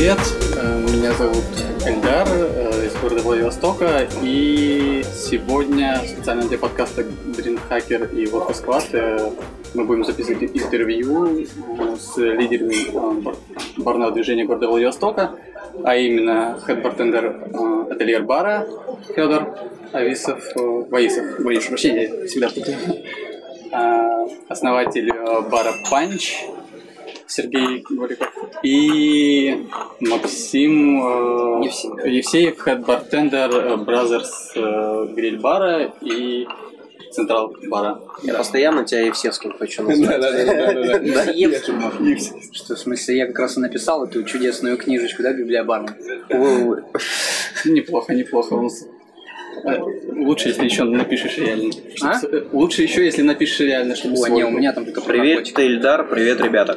привет! Меня зовут Эльдар из города Владивостока, и сегодня специально для подкаста Green Hacker и Vodka Squad мы будем записывать интервью с лидерами барного движения города Владивостока, а именно хед-бартендер ательер бара Федор Воисов, прошу прощения, всегда путаю, основатель бара Панч Сергей Голиков и Максим Евсеев, хед-бартендер Brothers гриль-бара и Централ бара. Я постоянно тебя Евсевским хочу назвать. Да, Евским можно. Что, в смысле, я как раз и написал эту чудесную книжечку, да, библиобарную. Неплохо. Лучше, если еще напишешь реально. Лучше еще, если напишешь реально, чтобы свой. Не, у меня там только привет, ты Ильдар, привет, ребята.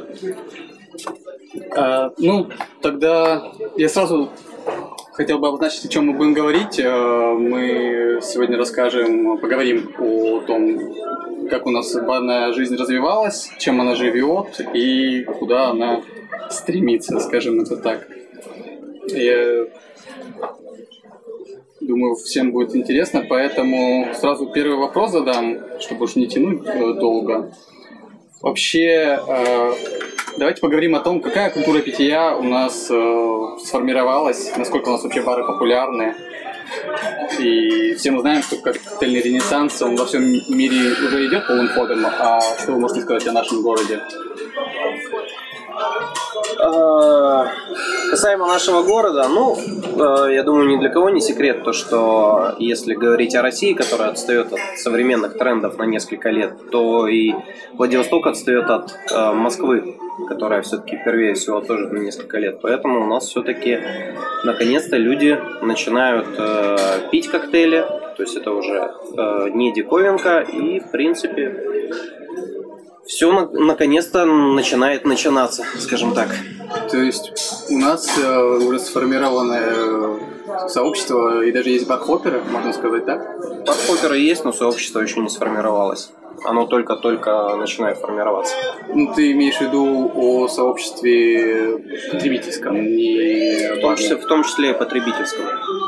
Тогда я сразу хотел бы обозначить, о чем мы будем говорить. Мы сегодня поговорим о том, как у нас барная жизнь развивалась, чем она живет и куда она стремится, скажем это так. Я думаю, всем будет интересно, поэтому сразу первый вопрос задам, чтобы уж не тянуть долго. Вообще, давайте поговорим о том, какая культура питья у нас сформировалась, насколько у нас вообще бары популярны. И все мы знаем, что коктейльный ренессанс, он во всем мире уже идет полным ходом. А что вы можете сказать о нашем городе? Касаемо нашего города, я думаю, ни для кого не секрет то, что если говорить о России, которая отстает от современных трендов на несколько лет, то и Владивосток отстает от Москвы, которая все-таки первее всего тоже на несколько лет. Поэтому у нас все-таки наконец-то люди начинают пить коктейли, то есть это уже не диковинка, и в принципе все наконец-то начинает начинаться, скажем так. То есть у нас уже сформированное сообщество, и даже есть бархопперы, можно сказать, так? Бархопперы есть, но сообщество еще не сформировалось. Оно только-только начинает формироваться. Ты имеешь в виду о сообществе потребительском, не в том числе и потребительском.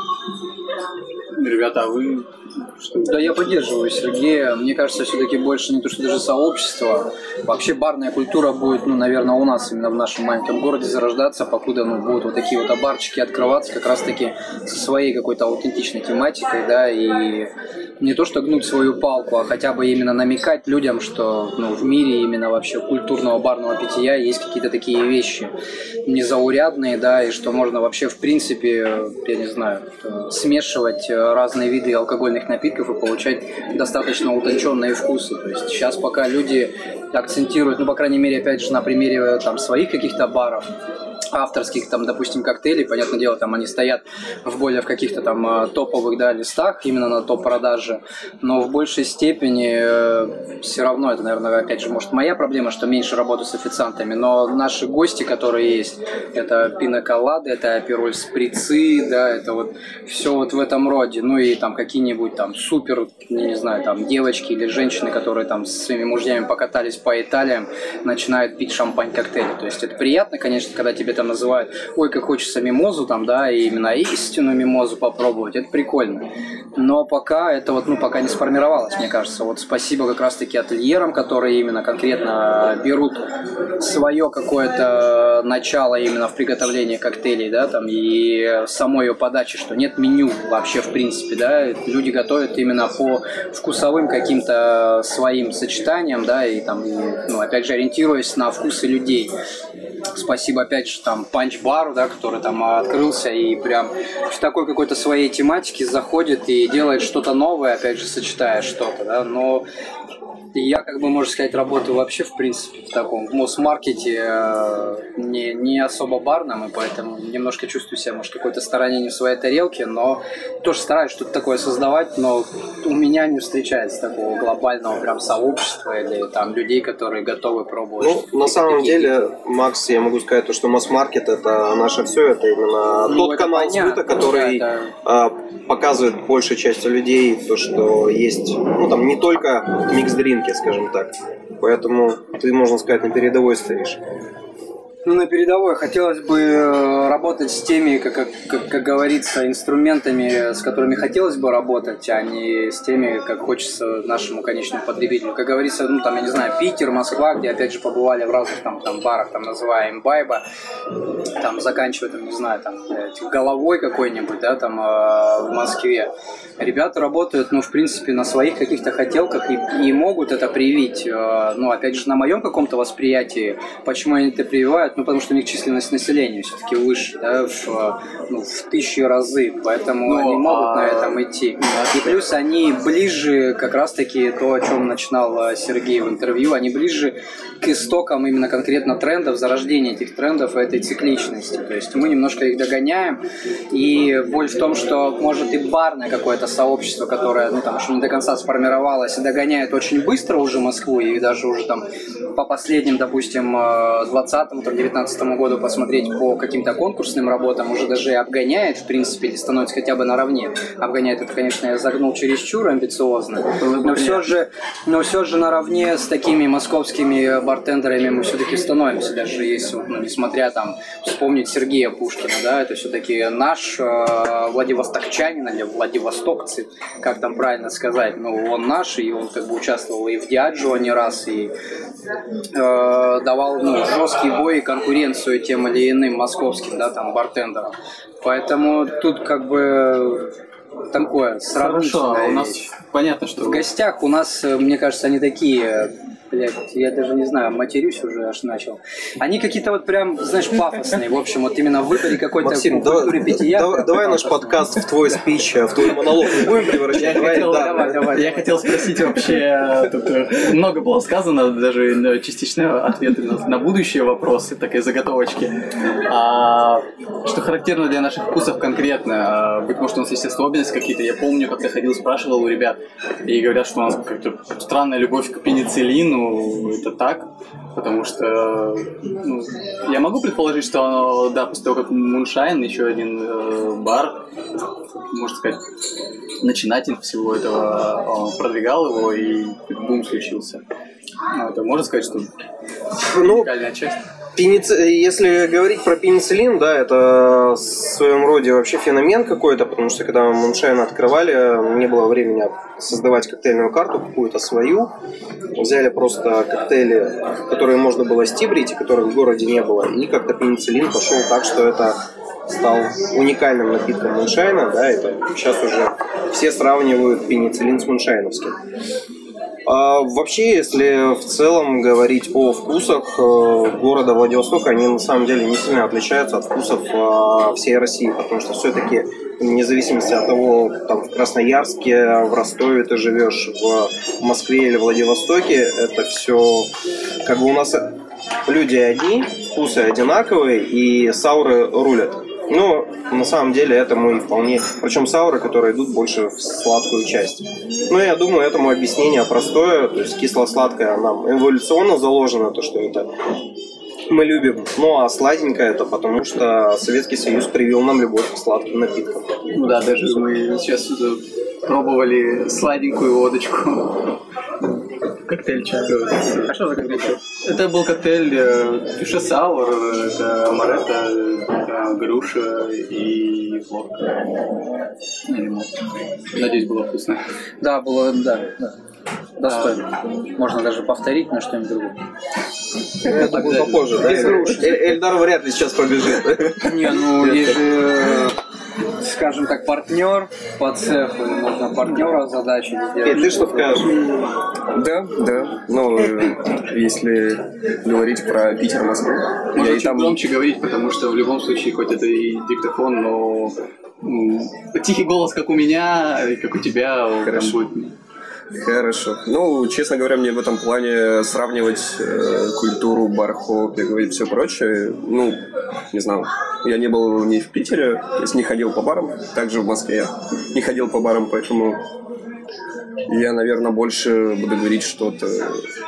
Ребята, а вы... Да, я поддерживаю Сергея. Мне кажется, все-таки больше не то, что даже сообщество. Вообще барная культура будет, наверное, у нас именно в нашем маленьком городе зарождаться, покуда будут вот такие вот барчики открываться как раз-таки со своей какой-то аутентичной тематикой, да, и не то, что гнуть свою палку, а хотя бы именно намекать людям, что в мире именно вообще культурного барного питья есть какие-то такие вещи незаурядные, да, и что можно вообще в принципе, я не знаю, смешивать разные виды алкогольных напитков и получать достаточно утонченные вкусы. То есть сейчас пока люди акцентируют, по крайней мере, опять же, на примере своих каких-то баров, авторских, допустим, коктейлей, понятное дело, они стоят в каких-то топовых, да, листах, именно на топ-продаже, но в большей степени все равно, это, наверное, опять же, может, моя проблема, что меньше работаю с официантами, но наши гости, которые есть, это пиноколады, это апероль сприцы, да, это вот все вот в этом роде, и какие-нибудь супер, не знаю, девочки или женщины, которые с своими мужьями покатались по Италиям, начинают пить шампань-коктейли, то есть это приятно, конечно, когда тебе называют, ой, как хочется мимозу, и именно истинную мимозу попробовать, это прикольно. Но пока это пока не сформировалось, мне кажется. Вот спасибо как раз-таки ательерам, которые именно конкретно берут свое какое-то начало именно в приготовлении коктейлей, да, и самой ее подачи, что нет меню вообще в принципе, да, люди готовят именно по вкусовым каким-то своим сочетаниям, да, и опять же ориентируясь на вкусы людей. Спасибо опять же панч-бару, да, который открылся и прям в такой какой-то своей тематике заходит и делает что-то новое, опять же сочетая что-то, да, но я, можно сказать, работаю вообще, в принципе, в таком Мосмаркете, не особо барном, и поэтому немножко чувствую себя, может, какой-то стороне не в своей тарелке, но тоже стараюсь что-то такое создавать, но у меня не встречается такого глобального прям сообщества или людей, которые готовы пробовать. На самом деле, Макс, я могу сказать, что Мосмаркет — это наше все, это именно тот канал сбыта, который показывает большей части людей то, что есть, не только микс-дринки, скажем так. Поэтому ты, можно сказать, на передовой стоишь. Ну, на передовой хотелось бы работать с теми, как говорится, инструментами, с которыми хотелось бы работать, а не с теми, как хочется нашему конечному потребителю. Как говорится, ну, там, я не знаю, Питер, Москва, где, опять же, побывали в разных там барах, там, называем Байба, там, заканчивая, там, не знаю, там, Головой какой-нибудь, да, там, в Москве. Ребята работают, ну, в принципе, на своих каких-то хотелках и могут это привить. Ну, опять же, на моем каком-то восприятии, почему они это прививают? Ну, потому что у них численность населения все-таки выше, да, в 1000 разы, поэтому они могут на этом идти. И плюс они ближе, как раз-таки то, о чем начинал Сергей в интервью, они ближе к истокам именно конкретно трендов, зарождения этих трендов и этой цикличности. То есть мы немножко их догоняем, и боль в том, что может и барное какое-то сообщество, которое, ну, там еще не до конца сформировалось, и догоняет очень быстро уже Москву, и даже уже там по последним, допустим, 20-19 году посмотреть по каким-то конкурсным работам, уже даже и обгоняет, в принципе, или становится хотя бы наравне. Обгоняет, это, конечно, я загнул чересчур амбициозно, но все же наравне с такими московскими бартендерами мы все-таки становимся, даже если, ну, несмотря там, вспомнить Сергея Пушкина, да, это все-таки наш владивостокчанин или владивостокцы, как там правильно сказать, ну, он наш, и он как бы участвовал и в Диаджо не раз, и давал, ну, жесткий бой и конкуренцию тем или иным московским, да, там, бартендерам. Поэтому тут как бы такое сравнительное. Хорошо, у нас понятно, что... В гостях у нас, мне кажется, они такие... Блядь, я даже не знаю, матерюсь уже аж начал. Они какие-то вот прям, знаешь, пафосные. В общем, вот именно в выборе какой-то культуры питья. Давай наш подкаст в твой спич, в твой монолог не будем превращать. Давай. Я хотел спросить вообще, тут много было сказано, даже частично ответы на будущие вопросы, такие заготовочки. Что характерно для наших вкусов конкретно? Быть может, у нас есть особенности какие-то. Я помню, как я ходил, спрашивал у ребят, и говорят, что у нас как-то странная любовь к пенициллину. Это так, потому что я могу предположить, что да, после того, как Moonshine, еще один бар, можно сказать, начинатель всего этого, продвигал его, и бум случился. Это можно сказать, что уникальная часть. Если говорить про пенициллин, да, это в своем роде вообще феномен какой-то, потому что когда мы Moonshine открывали, не было времени создавать коктейльную карту какую-то свою. Взяли просто коктейли, которые можно было стибрить, и которых в городе не было. И как-то пенициллин пошел так, что это стал уникальным напитком Moonshine, да, это сейчас уже все сравнивают пенициллин с муншайновским. Вообще, если в целом говорить о вкусах города Владивостока, они на самом деле не сильно отличаются от вкусов всей России, потому что все-таки, вне зависимости от того, там, в Красноярске, в Ростове ты живешь, в Москве или Владивостоке, это все как бы у нас люди одни, вкусы одинаковые, и сауры рулят. Но на самом деле этому и вполне... Причем сауры, которые идут больше в сладкую часть. Но я думаю, этому объяснение простое. То есть кисло-сладкое нам эволюционно заложено, то, что это мы любим. Ну а сладенькое это потому, что Советский Союз привил нам любовь к сладким напиткам. Ну да, даже мы сейчас пробовали сладенькую водочку. Коктейль чай. А что за коктейль? Это был коктейль Фише Сауэр, это Моретто, груша и водка. Надеюсь, было вкусно. Да, было, да. Достойно. Можно даже повторить на что-нибудь другое. Это будет попозже, да? Эльдар вряд ли сейчас побежит. Не, ну есть же, скажем так, партнер по цеху, можно партнера задачу сделать. Ты что скажешь? Да. Ну, если говорить про Питер, Москву. Можно чуть громче говорить, потому что в любом случае, хоть это и диктофон, но тихий голос, как у меня, и как у тебя, он будет... Хорошо. Ну, честно говоря, мне в этом плане сравнивать культуру, бар-хоп и говорить все прочее, ну, не знаю. Я не был ни в Питере, то есть не ходил по барам, также в Москве я не ходил по барам, поэтому я, наверное, больше буду говорить что-то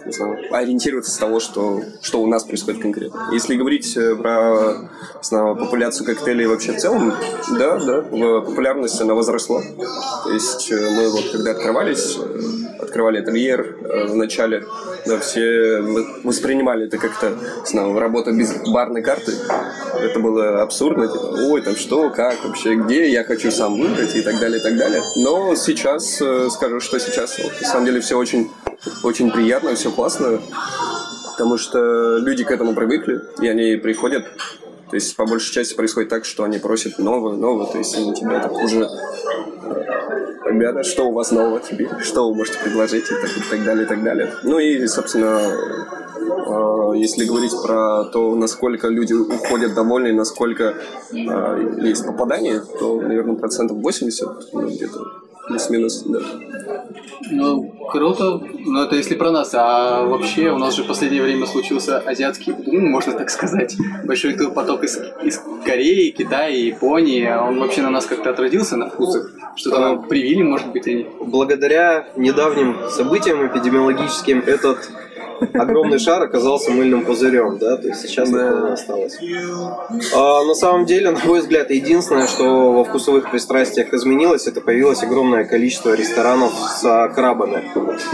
не знаю, ориентироваться с того, что у нас происходит конкретно. Если говорить про, не знаю, популяцию коктейлей вообще в целом, да, популярность она возросла. То есть мы вот когда открывали ательер в начале, да, все воспринимали это как-то, не знаю, работа без барной карты. Это было абсурдно, типа, ой, там что, как вообще, где, я хочу сам выбрать и так далее, и так далее. Но сейчас, скажу, что сейчас на самом деле все очень, очень приятно, все классно, потому что люди к этому привыкли, и они приходят. То есть, по большей части происходит так, что они просят новое, то есть они тебя так уже... Ребята, что у вас нового теперь? Что вы можете предложить? И так далее, и так далее. Ну и, собственно, если говорить про то, насколько люди уходят довольны, насколько есть попадание, то, наверное, 80%, ну, где-то плюс-минус, да. Ну, круто. Но это если про нас. А вообще у нас же в последнее время случился азиатский бум, можно так сказать. Большой поток из Кореи, Китая, Японии. А он вообще на нас как-то отразился на вкусах? Что-то нам привили, может быть, они? Благодаря недавним событиям эпидемиологическим этот огромный шар оказался мыльным пузырем, да, то есть сейчас такого не осталось. На самом деле, на мой взгляд, единственное, что во вкусовых пристрастиях изменилось, это появилось огромное количество ресторанов с крабами.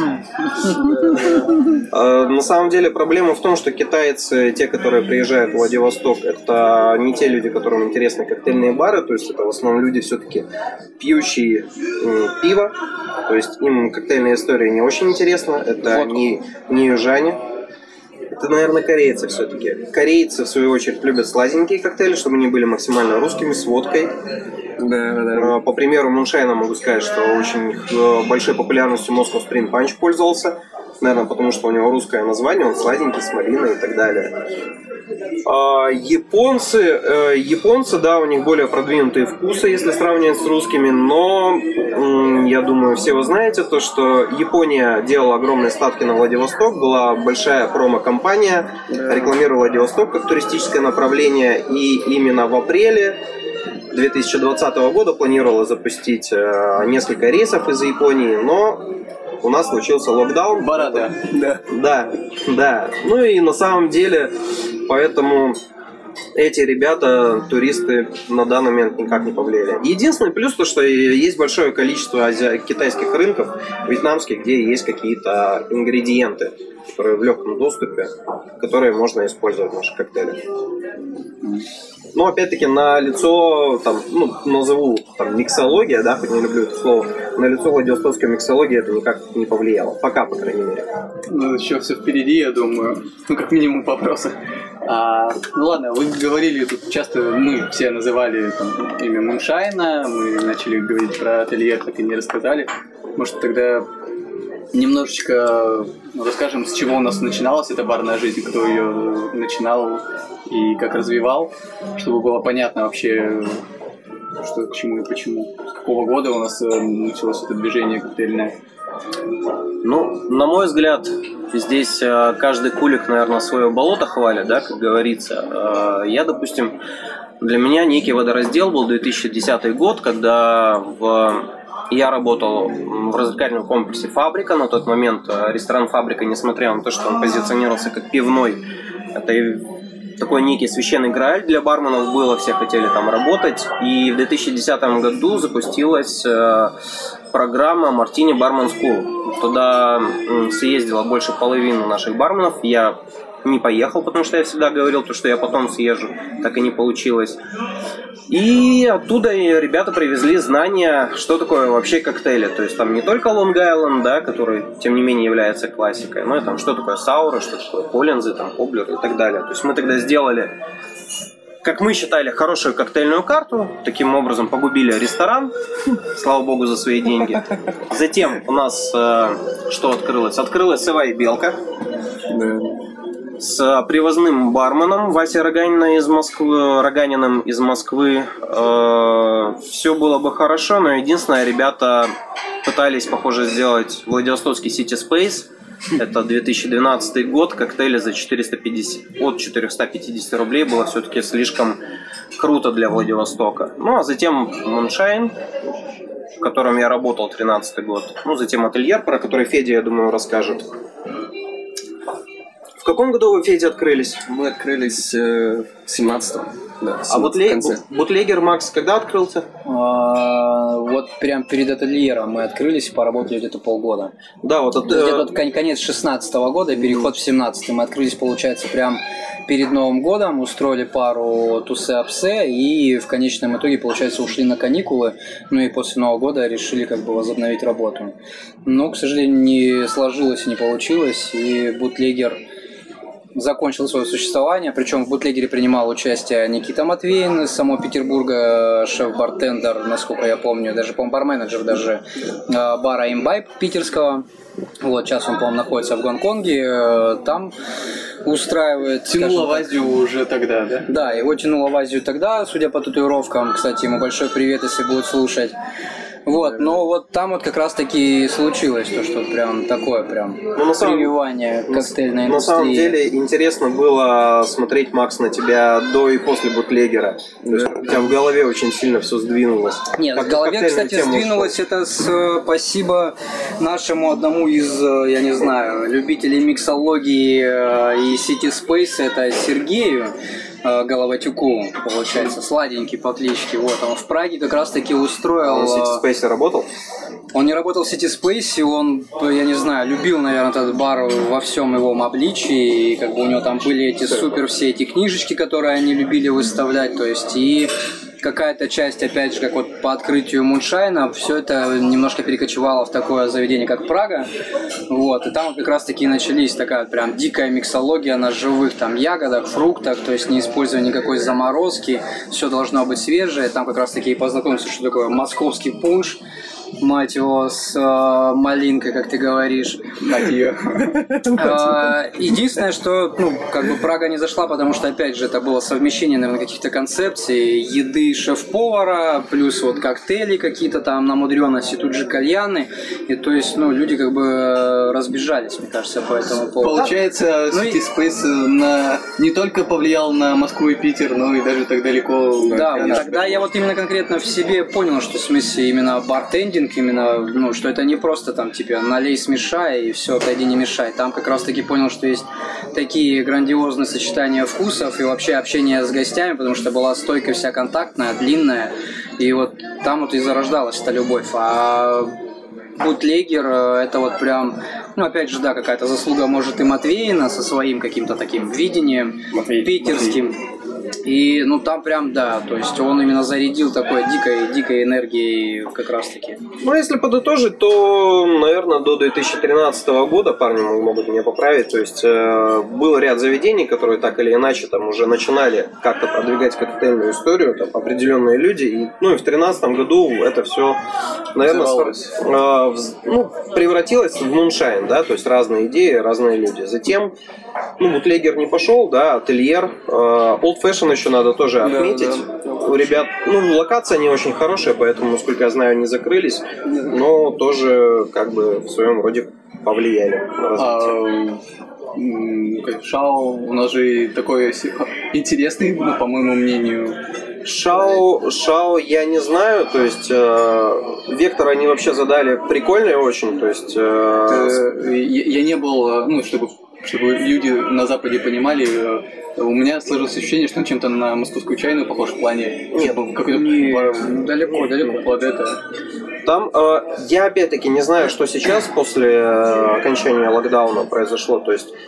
На самом деле проблема в том, что китайцы, те, которые приезжают в Владивосток, это не те люди, которым интересны коктейльные бары, то есть это в основном люди все-таки пьющие пиво, то есть им коктейльная история не очень интересна, это не южане. Это, наверное, корейцы все-таки. Корейцы, в свою очередь, любят сладенькие коктейли, чтобы они были максимально русскими, с водкой. Да. По примеру Муншайна могу сказать, что очень большой популярностью Moscow Spring Punch пользовался. Наверное, потому что у него русское название, он сладенький, с малиной и так далее. Японцы, да, у них более продвинутые вкусы, если сравнивать с русскими, но я думаю, все вы знаете то, что Япония делала огромные ставки на Владивосток, была большая промо-компания, рекламировала Владивосток как туристическое направление, и именно в апреле 2020 года планировала запустить несколько рейсов из Японии, но у нас случился локдаун. Борода. Да. Ну и на самом деле, поэтому эти ребята, туристы, на данный момент никак не повлияли. Единственный плюс то, что есть большое количество китайских рынков, вьетнамских, где есть какие-то ингредиенты, которые в легком доступе, которые можно использовать в наших коктейлях. Но опять-таки на лицо, там, назову миксология, да, хоть не люблю это слово, на лицо владивостокской миксологии это никак не повлияло. Пока, по крайней мере. Ну, еще все впереди, я думаю. Как минимум вопросы. Ну ладно, вы говорили, тут часто мы все называли имя Муншайна, мы начали говорить про ательер, так и не рассказали. Может, тогда немножечко расскажем, с чего у нас начиналась эта барная жизнь, кто ее начинал и как развивал, чтобы было понятно вообще, что к чему и почему. С какого года у нас началось это движение коктейльное? Ну, на мой взгляд, здесь каждый кулик, наверное, свое болото хвалит, да, как говорится. Я, допустим, для меня некий водораздел был 2010 год, когда я работал в развлекательном комплексе «Фабрика». На тот момент ресторан «Фабрика», несмотря на то, что он позиционировался как пивной, это такой некий священный грааль для барменов было, все хотели там работать. И в 2010 году запустилась программа «Мартини Бармен Скул». Туда съездило больше половины наших барменов. Я не поехал, потому что я всегда говорил, что я потом съезжу. Так и не получилось. И оттуда ребята привезли знания, что такое вообще коктейли. То есть там не только Long Island, да, который, тем не менее, является классикой, но и там что такое сауры, что такое коллинзы, там, коблеры и так далее. То есть мы тогда сделали, как мы считали, хорошую коктейльную карту. Таким образом погубили ресторан, слава богу, за свои деньги. Затем у нас что открылось? Открылась «Сова и Белка». С привозным барменом Васей Роганиным из Москвы. Все было бы хорошо, но единственное, ребята пытались, похоже, сделать Владивостокский City Space. Это 2012 год, коктейли за 450 рублей было все-таки слишком круто для Владивостока. Ну, а затем Муншайн, в котором я работал 13 год. Ну, затем ательер, про который Федя, я думаю, расскажет. каком году вы, Федя, открылись? Мы открылись в 17-м. Да, А бутлегер Макс когда открылся? Вот прям перед ательером мы открылись и поработали где-то полгода. Да, вот Где-то конец 16-го года, переход в 17-й. Мы открылись, получается, прям перед Новым годом, устроили пару тусы-апсе и в конечном итоге, получается, ушли на каникулы. Ну и после Нового года решили как бы возобновить работу. Но, к сожалению, не сложилось и не получилось. И бутлегер закончил свое существование. Причем в бутлегере принимал участие Никита Матвеин из самого Петербурга, шеф-бартендер, насколько я помню, даже, по-моему, барменеджер даже бара Imbibe питерского. Вот, сейчас он, по-моему, находится в Гонконге, там устраивает... Тянуло в Азию уже тогда, да? Да, его тянуло в Азию тогда, судя по татуировкам. Кстати, ему большой привет, если будет слушать. Вот, но вот там вот как раз таки и случилось то, что прям такое прям прививание коктейльной индустрии. На самом деле интересно было смотреть, Макс, на тебя до и после бутлегера. То есть у тебя в голове очень сильно все сдвинулось. Нет, в голове, кстати, сдвинулось это спасибо нашему одному из, я не знаю, любителей миксологии и City Space, это Сергею Головатюку, получается, сладенький по кличке. Вот, он в Праге как раз таки устроил... Он в City Space работал? Он не работал в City Space, он, я не знаю, любил, наверное, этот бар во всем его обличии, и как бы у него там были эти супер все эти книжечки, которые они любили выставлять, то есть и какая-то часть, опять же, как вот по открытию Муншайна, все это немножко перекочевало в такое заведение, как Прага, вот, и там вот как раз-таки начались такая вот прям дикая миксология на живых там ягодах, фруктах, то есть не используя никакой заморозки, все должно быть свежее, там как раз-таки и познакомился, что такое московский пунш, мать его, с малинкой, как ты говоришь. Единственное, что, ну, как бы Прага не зашла, потому что, опять же, это было совмещение, наверное, каких-то концепций, еды шеф-повара, плюс вот коктейли какие-то там на мудрёности, тут же кальяны, и то есть, ну, люди как бы разбежались, мне кажется, по этому поводу. Получается, City Space не только повлиял на Москву и Питер, но и даже так далеко. Да, тогда я вот именно конкретно в себе понял, что в смысле именно бартендинг, именно, ну, что это не просто там, типа, налей, смешай и все, отойди, не мешай. Там как раз таки понял, что есть такие грандиозные сочетания вкусов и вообще общение с гостями, потому что была стойка вся контактная, длинная, и вот там вот и зарождалась эта любовь. А бутлегер, это вот прям, ну, опять же, да, какая-то заслуга, может, и Матвеина со своим каким-то таким видением питерским. И, ну, там прям, да, то есть он именно зарядил такой дикой энергией как раз-таки. Ну, если подытожить, то, наверное, до 2013 года, парни могут меня поправить, то есть был ряд заведений, которые так или иначе там уже начинали как-то продвигать коктейльную историю, там, определенные люди, и, ну, и в 2013 году это все, наверное, превратилось в муншайн, да, то есть разные идеи, разные люди. Затем, ну, бутлегер не пошел, да, ательер, Old Fashion еще надо тоже отметить. Да. У ребят, ну, локация не очень хорошая, поэтому, насколько я знаю, не закрылись, но тоже как бы в своем роде повлияли на развитие. Шао у нас же такой интересный, ну, по моему мнению. Шао я не знаю, то есть вектор они вообще задали прикольный очень, то есть... Я не был, ну, чтобы люди на Западе понимали, у меня сложилось ощущение, что он чем-то на московскую чайную похож в плане. Нет, далеко под это. Там я опять-таки не знаю, что сейчас после окончания локдауна произошло. То есть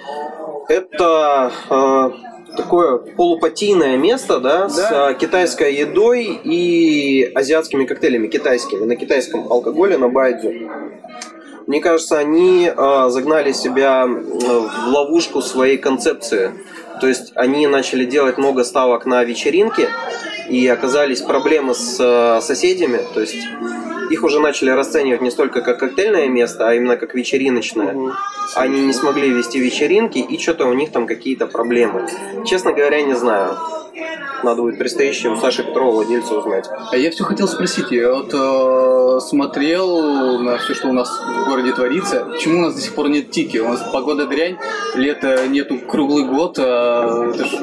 это такое полупатийное место, да, с китайской едой и азиатскими коктейлями китайскими, на китайском алкоголе, на байдзю. Мне кажется, они загнали себя в ловушку своей концепции. То есть они начали делать много ставок на вечеринки, и оказались проблемы с соседями. То есть их уже начали расценивать не столько как коктейльное место, а именно как вечериночное. Они не смогли вести вечеринки, и что-то у них там какие-то проблемы. Честно говоря, не знаю. Надо будет предстоящему Саше Петрову, владельцу, узнать. А я все хотел спросить. Я вот смотрел на все, что у нас в городе творится. Почему у нас до сих пор нет тики? У нас погода дрянь, лето нету круглый год. Это же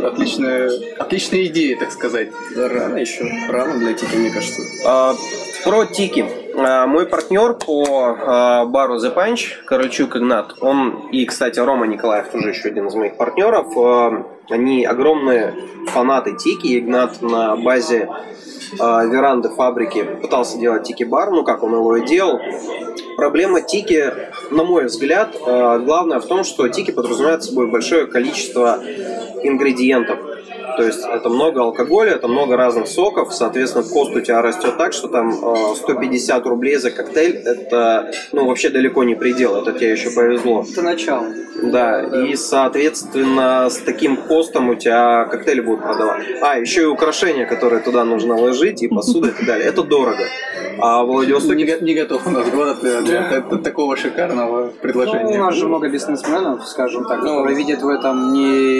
отличная идея, так сказать. Да, рано еще. Рано для тики, мне кажется. Про тики. Мой партнер по бару The Punch, Корольчук Игнат, он и, кстати, Рома Николаев, тоже еще один из моих партнеров, они огромные фанаты тики. Игнат на базе веранды фабрики пытался делать тики-бар, ну как он его и делал. Проблема тики, на мой взгляд, главное в том, что тики подразумевает собой большое количество ингредиентов. То есть это много алкоголя, это много разных соков, соответственно, кост у тебя растет так, что там 150 рублей за коктейль, это вообще далеко не предел, это тебе еще повезло. Это начало. Да, и, соответственно, с таким костом у тебя коктейли будут продавать. Еще и украшения, которые туда нужно ложить, и посуда и так далее. Это дорого. А в Владивостоке... Не готов у нас город для такого шикарного предложения. У нас же много бизнесменов, скажем так, которые видят в этом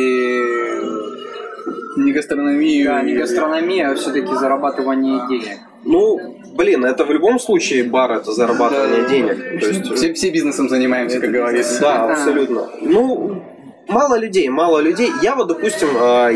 не гастрономию. Да, не гастрономия, а все-таки зарабатывание денег. Это в любом случае бар, это зарабатывание денег. То есть... Все бизнесом занимаемся, как говорится. Да, абсолютно. Мало людей. Я вот, допустим,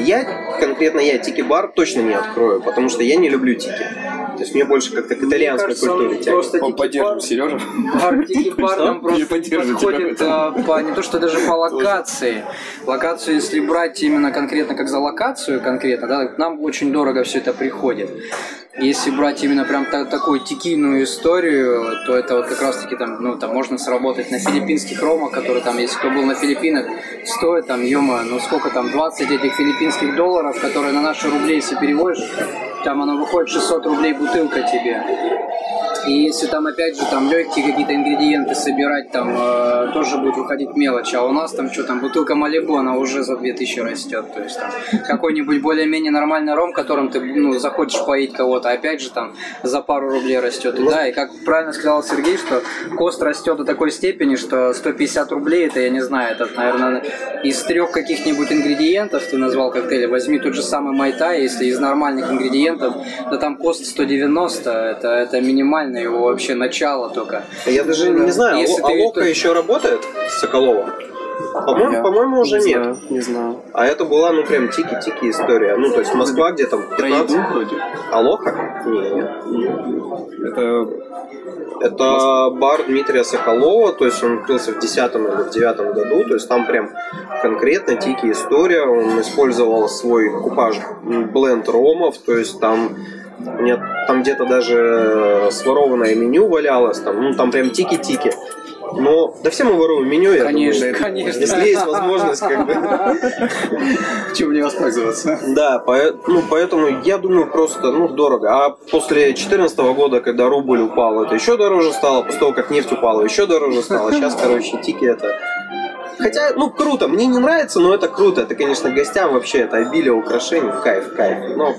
я тики-бар точно не открою, потому что я не люблю тики. То есть мне больше как-то к итальянской культуре тянет. Поддержим Сережу. Тики-бар нам просто подходит не то, что даже по локации. Локацию, если брать именно конкретно как за локацию, нам очень дорого все это приходит. Если брать именно прям такую текильную историю, то это вот как раз таки там можно сработать на филиппинских ромах, которые там, если кто был на Филиппинах, стоит там, сколько там, 20 этих филиппинских долларов, которые на наши рубли, если переводишь, там оно выходит 600 рублей бутылка тебе. И если там опять же там легкие какие-то ингредиенты собирать, там тоже будет выходить мелочь, а у нас там бутылка Малибу, она уже за 2000 растет, то есть там какой-нибудь более-менее нормальный ром, которым ты захочешь поить кого-то, опять же там за пару рублей растет. И как правильно сказал Сергей, что кост растет до такой степени, что 150 рублей, это, я не знаю, это, наверное, из 3 каких-нибудь ингредиентов ты назвал коктейль, возьми тот же самый майтай, если из нормальных ингредиентов, да там кост 190, это минимально его вообще начало только. Я даже не знаю, Лока еще работает с Соколова? По-моему, уже нет. Не знаю. А это была, прям тики-тики история. То есть Москва где-то 15... Алоха? Нет. Это бар Дмитрия Соколова, то есть он открылся в 2010 или в 2009 году, то есть там прям конкретно тики история, он использовал свой купаж бленд ромов, то есть там где-то даже сворованное меню валялось, там прям тики-тики. Но да все мы воруем меню, я думаю, если есть возможность, Чем не воспользоваться? Да, поэтому я думаю просто, дорого. А после 2014 года, когда рубль упал, это еще дороже стало. После того, как нефть упала, еще дороже стало. Сейчас, тики это... Хотя, круто. Мне не нравится, но это круто. Это, конечно, гостям вообще это обилие украшений. Кайф. Но...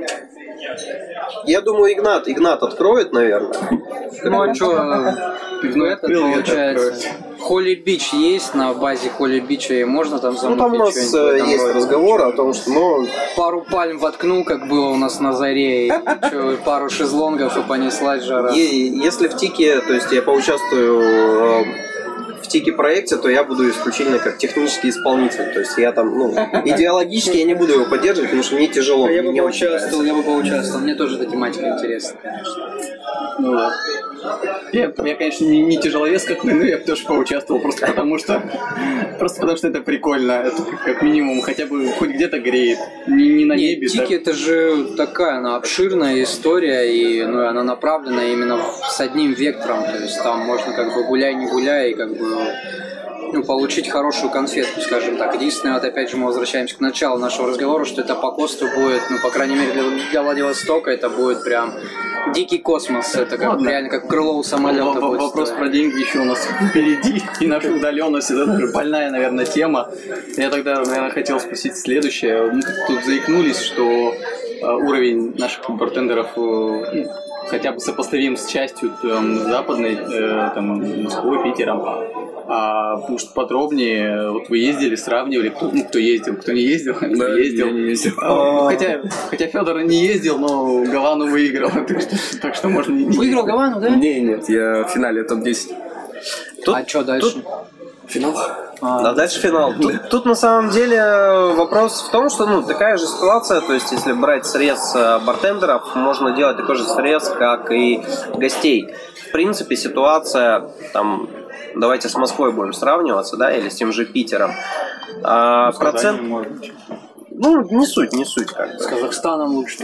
Я думаю, Игнат откроет, наверное. А что, пивной это получается? Холли Бич есть на базе Холли Бича, и можно там замутить там у нас есть разговор о том, что... Пару пальм воткнул, как было у нас на заре, и пару шезлонгов, и понеслась жара. Если в тике, то есть я поучаствую в тики-проекте, то я буду исключительно как технический исполнитель. То есть я там, идеологически я не буду его поддерживать, потому что мне тяжело. Я бы поучаствовал. Мне тоже эта тематика интересна, конечно. Я, конечно, не тяжеловес как мы, но я бы тоже поучаствовал, просто потому что это прикольно. Это как минимум хотя бы хоть где-то греет. Не на небе. Тики это же такая, она обширная история, и она направлена именно с одним вектором. То есть там можно гуляй, не гуляй, и получить хорошую конфетку, скажем так. Единственное, опять же мы возвращаемся к началу нашего разговора, что это по косту будет, по крайней мере для Владивостока, это будет прям дикий космос. Это реально как крыло у самолета. Вопрос про деньги еще у нас впереди, и наша удаленность, это даже больная, наверное, тема. Я тогда, наверное, хотел спросить следующее. Мы тут заикнулись, что уровень наших бартендеров хотя бы сопоставим с частью западной, Москвы, Питером. Может, подробнее, вот вы ездили, сравнивали, кто ездил, кто не ездил, кто ездил. Я не ездил. Хотя Федор не ездил, но Гавану выиграл, так что можно не ездить. Выиграл Гавану, да? Нет, я в финале топ-10. А что дальше? Финал. Да, дальше финал. Тут на самом деле вопрос в том, что такая же ситуация, то есть если брать срез бартендеров, можно делать такой же срез, как и гостей. В принципе, ситуация там, давайте с Москвой будем сравниваться, да, или с тем же Питером. Процент... не суть как бы. С Казахстаном лучше.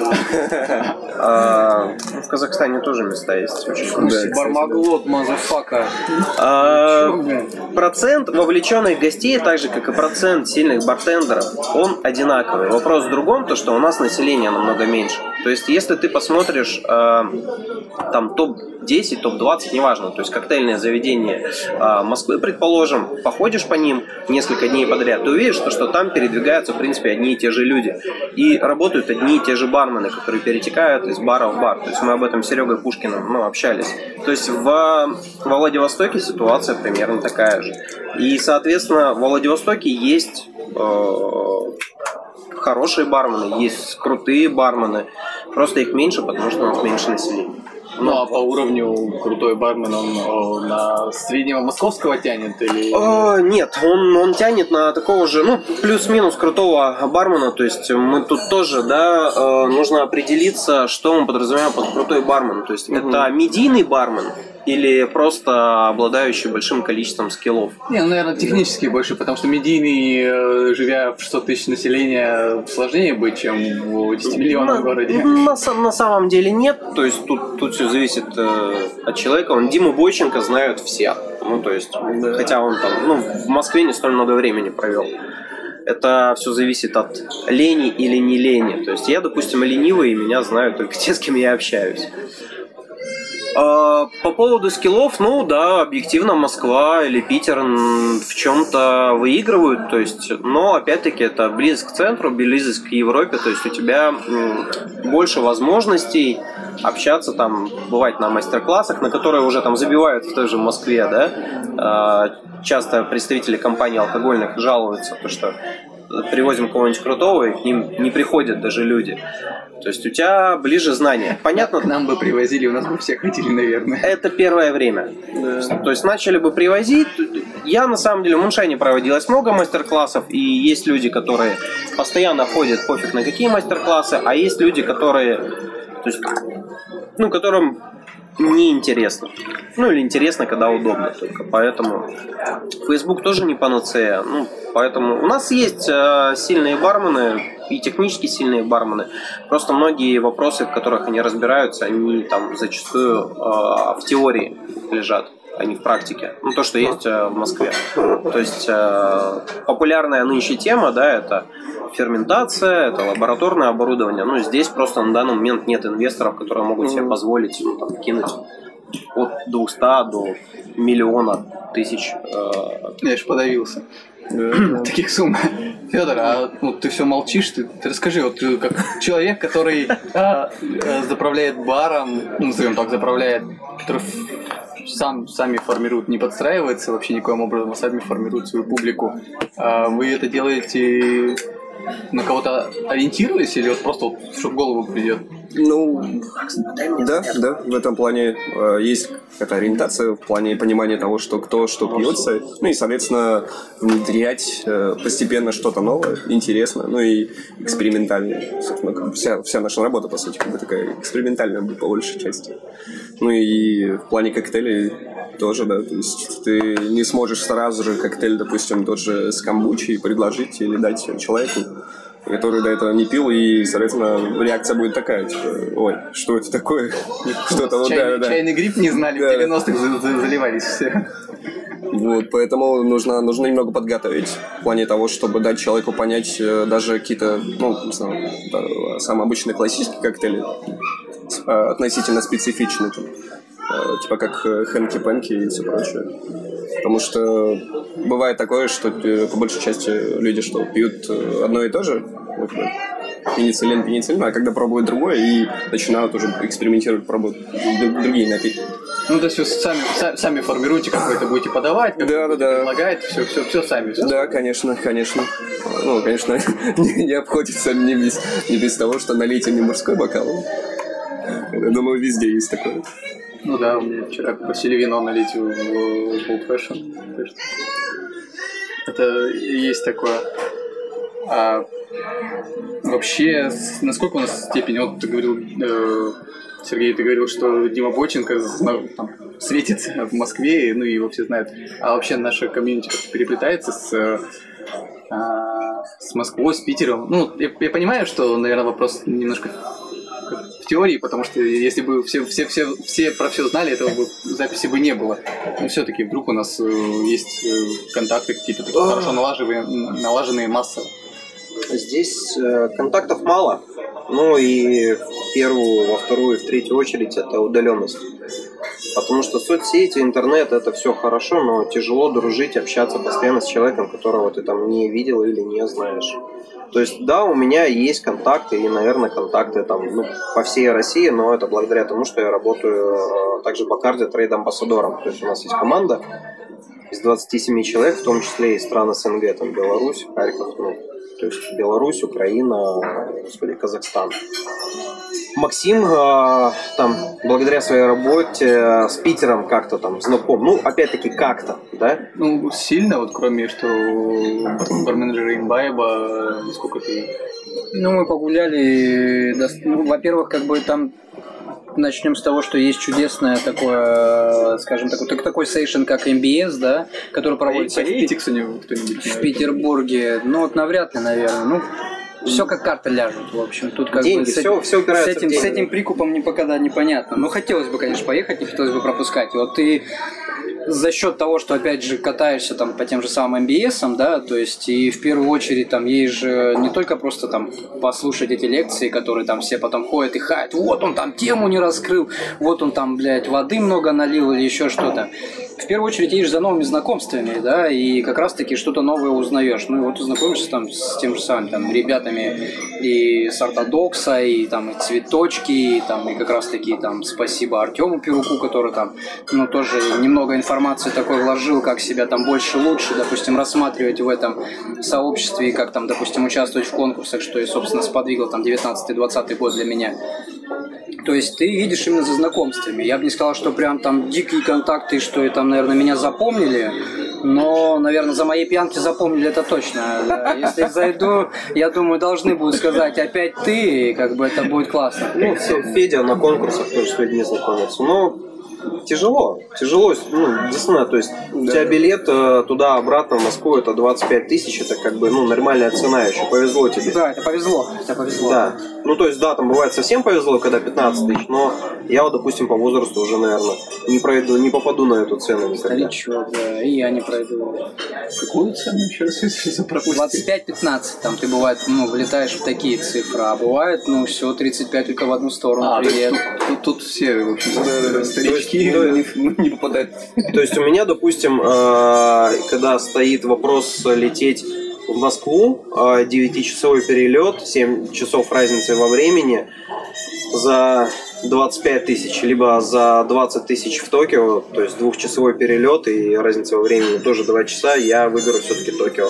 В Казахстане тоже места есть очень крутые. Бармаглот, мазафака. Процент вовлеченных гостей, так же как и процент сильных бартендеров, он одинаковый. Вопрос в другом, то что у нас население намного меньше. То есть, если ты посмотришь там топ-10, топ-20, неважно, то есть коктейльное заведение Москвы, предположим, походишь по ним несколько дней подряд, ты увидишь, что там передвигаются, в принципе, одни и те же люди. И работают одни и те же бармены, которые перетекают из бара в бар. То есть мы об этом с Серегой Пушкиным общались. То есть во Владивостоке ситуация примерно такая же. И, соответственно, во Владивостоке есть хорошие бармены, есть крутые бармены. Просто их меньше, потому что у нас меньше населения. А по уровню крутой бармен, он на среднего московского тянет или... Нет, он тянет на такого же, плюс-минус крутого бармена. То есть мы тут тоже, нужно определиться, что мы подразумеваем под крутой бармен. То есть это медийный бармен или просто обладающий большим количеством скиллов? Наверное, технически больше, потому что медийный, живя в 600 тысяч населения, сложнее быть, чем в 10-миллионном городе. На самом деле нет. То есть тут все зависит от человека. Диму Бойченко знают все. Хотя он там, в Москве не столь много времени провел. Это все зависит от лени или не лени. То есть я, допустим, ленивый, и меня знают только те, с кем я общаюсь. По поводу скиллов, объективно Москва или Питер в чем-то выигрывают, то есть, но опять-таки это близость к центру, близость к Европе, то есть у тебя больше возможностей общаться там, бывать на мастер-классах, на которые уже там забивают в той же Москве, да. Часто представители компаний алкогольных жалуются, то что привозим кого-нибудь крутого, и к ним не приходят даже люди. То есть у тебя ближе знания. Понятно? К нам бы привозили, у нас бы все хотели, наверное. Это первое время. Да. То есть начали бы привозить. Я на самом деле в Муншайне проводилось много мастер-классов, и есть люди, которые постоянно ходят, пофиг на какие мастер-классы, а есть люди, которые, то есть, которым неинтересно. Или интересно, когда удобно только. Поэтому Facebook тоже не панацея. Поэтому у нас есть сильные бармены и технически сильные бармены. Просто многие вопросы, в которых они разбираются, они там зачастую в теории лежат, а не в практике. То, что есть в Москве. То есть популярная нынче тема, это ферментация, это лабораторное оборудование. Здесь просто на данный момент нет инвесторов, которые могут себе позволить кинуть от 200 до миллиона тысяч. Я же подавился. Таких сумм. Федор, ты все молчишь, ты расскажи, ты как человек, который заправляет баром, назовем так, который сами формируют, не подстраивается вообще никоим образом, а сами формируют свою публику. Вы это делаете на кого-то ориентируясь или просто что в голову придет? Да, в этом плане есть какая-то ориентация в плане понимания того, что кто что пьется, и, соответственно, внедрять постепенно что-то новое, интересное, и экспериментальное. Собственно, вся наша работа, по сути, такая экспериментальная по большей части. И в плане коктейлей тоже, да, то есть ты не сможешь сразу же коктейль, допустим, тот же с камбучей предложить или дать человеку, который до этого не пил, и, соответственно, реакция будет такая, ой, что это такое? Что-то Чайный гриб не знали, в 90-х заливались все. Поэтому нужно немного подготовить в плане того, чтобы дать человеку понять даже какие-то, самые обычные классические коктейли, относительно специфичные, типа как хэнки-пэнки и все прочее. Потому что бывает такое, что по большей части люди пьют одно и то же, пенициллин, а когда пробуют другое и начинают уже экспериментировать, пробуют другие напитки. То есть вы сами формируете, как вы это будете подавать, как вы предлагаете, все сами. Да, конечно. Конечно, не обходится не без того, что налейте мне мужской бокал. Я думаю, везде есть такое. У меня вчера попросили вино налить в Old Fashion. Это есть такое. А вообще, насколько у нас степень? Вот ты говорил, Сергей, ты говорил, что Дима Бойченко там светит в Москве, ну и его все знают. А вообще наша комьюнити как-то переплетается с Москвой, с Питером. Ну, я понимаю, что, наверное, вопрос немножко в теории, потому что если бы все про все знали, этого бы записи бы не было. Но все-таки вдруг у нас есть контакты какие-то такие хорошо налаженные массово. Здесь контактов мало. Ну и в первую, во вторую, в третью очередь это удаленность. Потому что соцсети, интернет — это все хорошо, но тяжело дружить, общаться постоянно с человеком, которого ты там не видел или не знаешь. То есть, да, у меня есть контакты, и, наверное, контакты там, по всей России, но это благодаря тому, что я работаю также по карте трейд-амбассадором. То есть у нас есть команда из 27 человек, в том числе и стран СНГ, там Беларусь, Харьков, то есть Беларусь, Украина, Казахстан. Максим там, благодаря своей работе с Питером как-то там знаком. Ну, опять-таки, как-то, да? Ну, сильно, вот кроме, что барменеджера Имбайба, сколько ты... Ну, мы погуляли, во-первых, как бы там начнем с того, что есть чудесное такое, скажем, такой сейшн, как MBS, да, который проводится в Петербурге. Ну, вот навряд ли, наверное. Ну, все как карта ляжет, в общем. Тут как деньги, бы все упирается в деньги. С этим прикупом пока непонятно. Ну, хотелось бы, конечно, поехать, не хотелось бы пропускать. И вот ты за счет того, что, опять же, катаешься там по тем же самым MBS, да, то есть и в первую очередь там есть же не только просто там послушать эти лекции, которые там все потом ходят и хаят, вот он там тему не раскрыл, вот он там, блядь, воды много налил или еще что-то. В первую очередь едешь за новыми знакомствами, да, и как раз-таки что-то новое узнаешь. Ну и вот ты знакомишься там с тем же самым там ребятами и с ортодокса, и там и цветочки, и там и как раз-таки там спасибо Артему Перуку, который там, ну, тоже немного информации такой вложил, как себя там больше лучше, допустим, рассматривать в этом сообществе и как там, допустим, участвовать в конкурсах, что и, собственно, сподвигло там 19-20 год для меня. То есть ты видишь именно за знакомствами. Я бы не сказал, что прям там дикие контакты, что и там, наверное, меня запомнили, но, наверное, за мои пьянки запомнили это точно. Да. Если зайду, я думаю, должны будут сказать опять ты, и как бы это будет классно. Ну, Федя на конкурсах тоже с людьми знакомится. Но тяжело, ну, действительно, то есть у тебя билет туда-обратно в Москву, это 25 тысяч, это как бы, ну, нормальная цена, еще повезло тебе. Да, это повезло. Да, ну, то есть, да, там бывает совсем повезло, когда 15 тысяч, но я вот, допустим, по возрасту уже, наверное, не попаду на эту цену никогда. Старичок, да, и я не пройду. Какую цену еще раз пропустить? 25-15, там ты, бывает, ну, вылетаешь в такие цифры, а бывает, ну, все, 35 только в одну сторону, привет. Тут все, в общем, старички не попадают. То есть у меня, допустим, когда стоит вопрос лететь в Москву, 9-часовой перелет, 7 часов разницы во времени за 25 тысяч, либо за 20 тысяч в Токио, то есть 2-часовой перелет и разница во времени тоже 2 часа, я выберу все-таки Токио.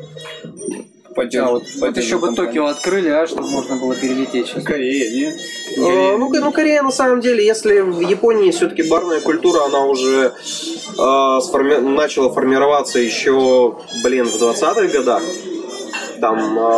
Вот еще бы Токио открыли, чтобы можно было перелететь сейчас. Корея, нет? Ну, Корея, на самом деле, если в Японии все-таки барная культура, она уже начала формироваться еще, в 20-х годах, там,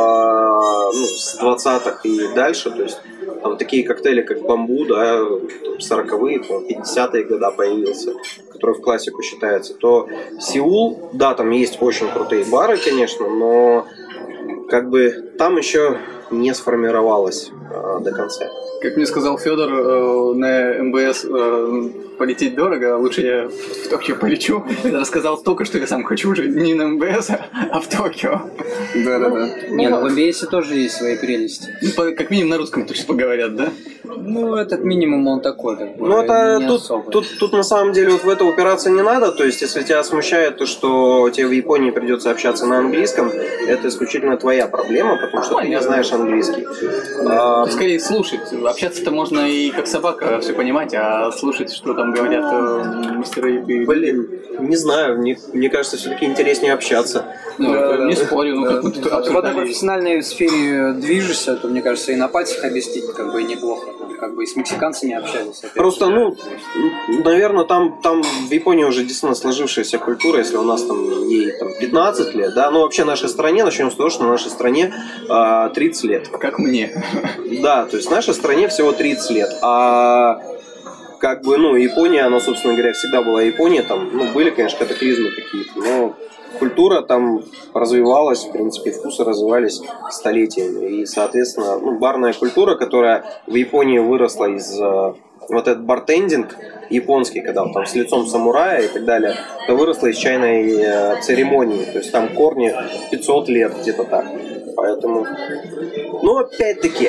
с 20-х и дальше, то есть там такие коктейли, как бамбу, да, 40-е, 50-е года появился, который в классику считается, то Сеул, да, там есть очень крутые бары, конечно, но как бы там еще не сформировалось до конца. Как мне сказал Федор, на МБС полететь дорого, лучше я в Токио полечу. Я рассказал только, что я сам хочу уже не на МБС, а в Токио. Да. Не, в МБСе тоже есть свои прелести. Ну, как минимум на русском точно поговорят, да? Ну, этот минимум он такой, как бы. Ну, это тут на самом деле вот в это упираться не надо. То есть, если тебя смущает то, что тебе в Японии придется общаться на английском, это исключительно твоя проблема, потому что ты не знаешь английский. Скорее слушать. Общаться-то можно и как собака все понимать, а слушать, что там говорят мастеры. Блин, не знаю, мне кажется, все-таки интереснее общаться. Не спорю, как в одной профессиональной сфере движешься, то, мне кажется, и на пальцах объяснить как бы неплохо. как бы и с мексиканцами общались. Просто, наверное, там в Японии уже действительно сложившаяся культура, если у нас там ей там 15 лет, да, вообще нашей стране, начнем с того, что нашей стране 30 лет. Как мне. Да, то есть нашей стране всего 30 лет, а как бы, Япония, она, собственно говоря, всегда была Япония, там, были, конечно, катаклизмы какие-то, но культура там развивалась, в принципе, вкусы развивались столетиями. И, соответственно, барная культура, которая в Японии выросла из вот этот бартендинг японский, когда он там с лицом самурая и так далее, это выросло из чайной церемонии. То есть там корни 500 лет, где-то так. Поэтому, опять-таки,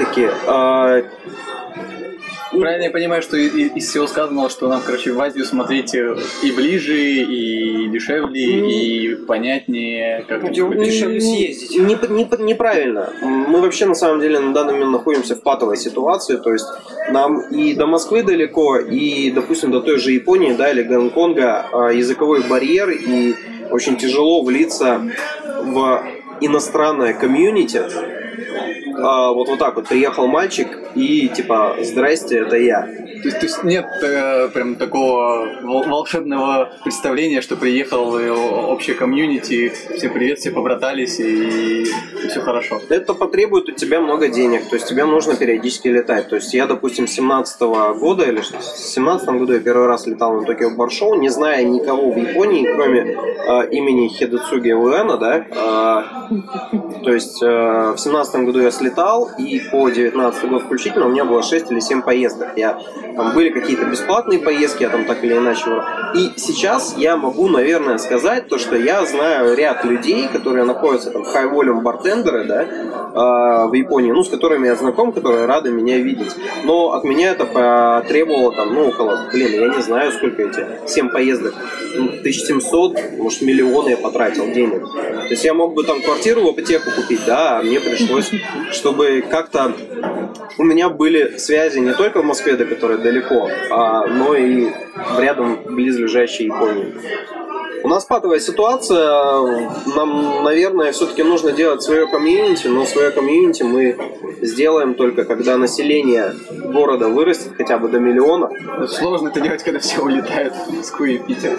правильно я понимаю, что из всего сказанного, что нам, в Азию смотреть и ближе, и дешевле, и понятнее, как дешевле съездить. Неправильно. Мы вообще, на самом деле, на данный момент находимся в патовой ситуации, то есть нам и до Москвы далеко, и, допустим, до той же Японии, да, или Гонконга языковой барьер, и очень тяжело влиться в иностранное комьюнити. Вот так вот приехал мальчик и типа здрасте, это я. То есть нет прям такого волшебного представления, что приехал общее комьюнити, все привет, все побратались и все хорошо. Это потребует у тебя много денег, то есть тебе нужно периодически летать. То есть я, допустим, с 17-го года или в 17-м году я первый раз летал на Токио Бар Шоу, не зная никого в Японии, кроме имени Хидецуги Уэна, да. То есть в 17-м году я слетал, и по 19-й год включительно у меня было 6 или 7 поездок. Там были какие-то бесплатные поездки, я там так или иначе. И сейчас я могу, наверное, сказать то, что я знаю ряд людей, которые находятся там high-volume бартендеры, да, в Японии, с которыми я знаком, которые рады меня видеть. Но от меня это потребовало там, около, я не знаю, сколько эти 7 поездок. 1700, может, миллион я потратил денег. То есть я мог бы там квартиру в ипотеку купить, да, а мне пришлось, чтобы как-то у меня были связи не только в Москве, до которой далеко, но и в рядом близлежащей Японии. У нас патовая ситуация, нам, наверное, все-таки нужно делать свое комьюнити, но свое комьюнити мы сделаем только когда население города вырастет хотя бы до 1 миллиона. Сложно это делать, когда все улетают в Москву и Питер.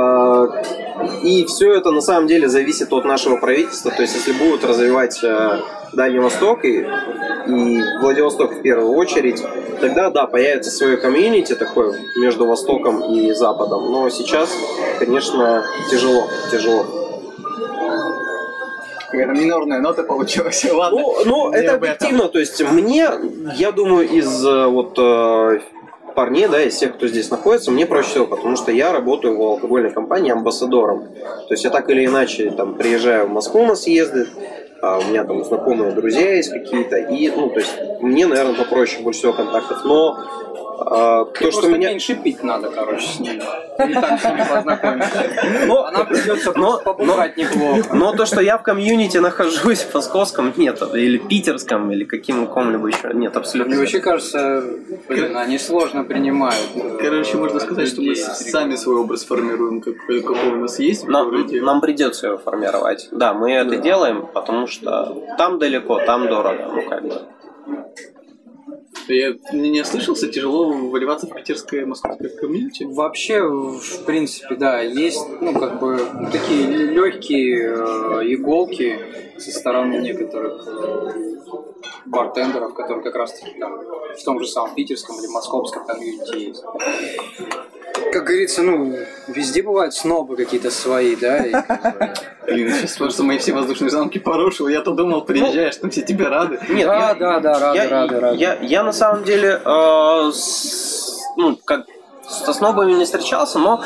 И все это на самом деле зависит от нашего правительства, то есть если будут развивать Дальний Восток и Владивосток в первую очередь, тогда, да, появится свое комьюнити такое между Востоком и Западом, но сейчас, конечно, тяжело. Какая-то минорная нота получилась, ладно. Это объективно, то есть я думаю, из парней, да, из тех, кто здесь находится, мне проще всего, потому что я работаю в алкогольной компании амбассадором. То есть я так или иначе там приезжаю в Москву на съезды, у меня там знакомые друзья есть какие-то, и, то есть мне, наверное, попроще больше всего контактов, но то, что меня меньше пить надо, с ней. Не так с ними познакомиться. Она придется побухать неплохо. Но то, что я в комьюнити нахожусь в московском, нет, или питерском, или каком-либо еще, нет, абсолютно. Мне вообще кажется, они сложно принимают. Можно сказать, что мы сами свой образ формируем, какой у нас есть. Нам придется его формировать. Да, мы это делаем, потому что там далеко, там дорого, Я не ослышался, тяжело выливаться в питерское, московское комьюнити? Вообще, в принципе, да, есть, такие легкие иголки со стороны некоторых бартендеров, которые как раз-таки там в том же самом питерском или московском комьюнити есть. Как говорится, везде бывают снобы какие-то свои, да? Блин, сейчас просто мои все воздушные замки порушил. Я-то думал, приезжаешь, там все тебе рады. Нет, рады. Я на самом деле, со снобами не встречался, но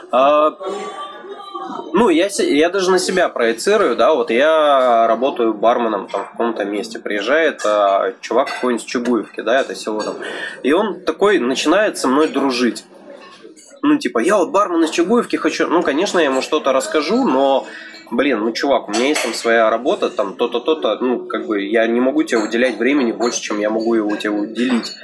я даже на себя проецирую, да, я работаю барменом там в каком-то месте, приезжает чувак какой-нибудь с Чугуевки, да, это село там, и он такой начинает со мной дружить. Я бармен из Чугуевки хочу, конечно, я ему что-то расскажу, но, чувак, у меня есть там своя работа, там то-то, я не могу тебе уделять времени больше, чем я могу его тебе уделить.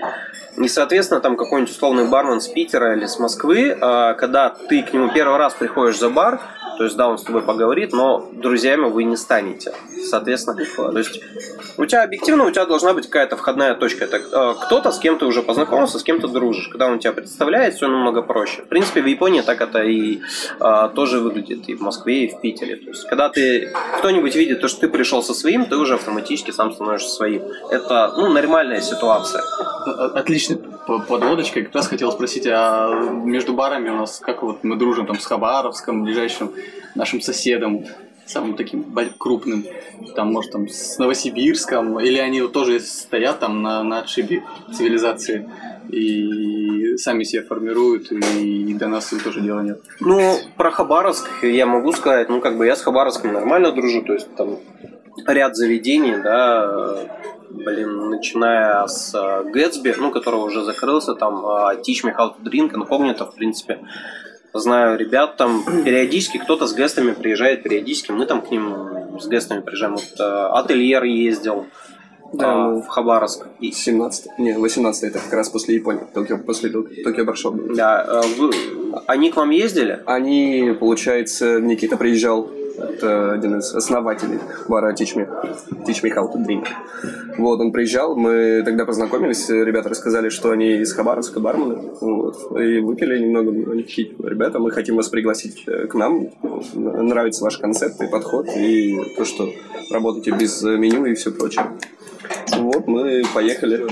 И, соответственно, там какой-нибудь условный бармен с Питера или с Москвы, когда ты к нему первый раз приходишь за бар, то есть, да, он с тобой поговорит, но друзьями вы не станете. Соответственно, то есть у тебя должна быть какая-то входная точка. Это кто-то, с кем ты уже познакомился, с кем ты дружишь. Когда он тебя представляет, все намного проще. В принципе, в Японии так это и тоже выглядит и в Москве, и в Питере. То есть, когда кто-нибудь видит то, что ты пришел со своим, ты уже автоматически сам становишься своим. Это нормальная ситуация. Отличной подводочкой. Как раз хотел спросить, а между барами у нас, как вот мы дружим там с Хабаровском, ближайшим нашим соседом, самым таким крупным, там, может, там, с Новосибирском, или они вот тоже стоят там на отшибе цивилизации и сами себя формируют, и до нас им тоже дела нет. Про Хабаровск я могу сказать, я с Хабаровском нормально дружу, то есть там ряд заведений, да, начиная с Гэтсби, которого уже закрылся, там Teach Me How to Drink, Incognito, в принципе, знаю ребят, там периодически кто-то с гестами приезжает, периодически мы там к ним с гестами приезжаем. Вот Ательер ездил в Хабаровск. 18 это как раз после Японии, после Токио Баршоп. Да, они к вам ездили? Они, получается, Никита приезжал. Это один из основателей бара Teach Me How to Drink. Вот, он приезжал, мы тогда познакомились, ребята рассказали, что они из Хабаровска, бармены, и выпили немного. Они такие: ребята, мы хотим вас пригласить к нам, нравится ваш концепт и подход, и то, что работаете без меню и все прочее. Вот, мы поехали,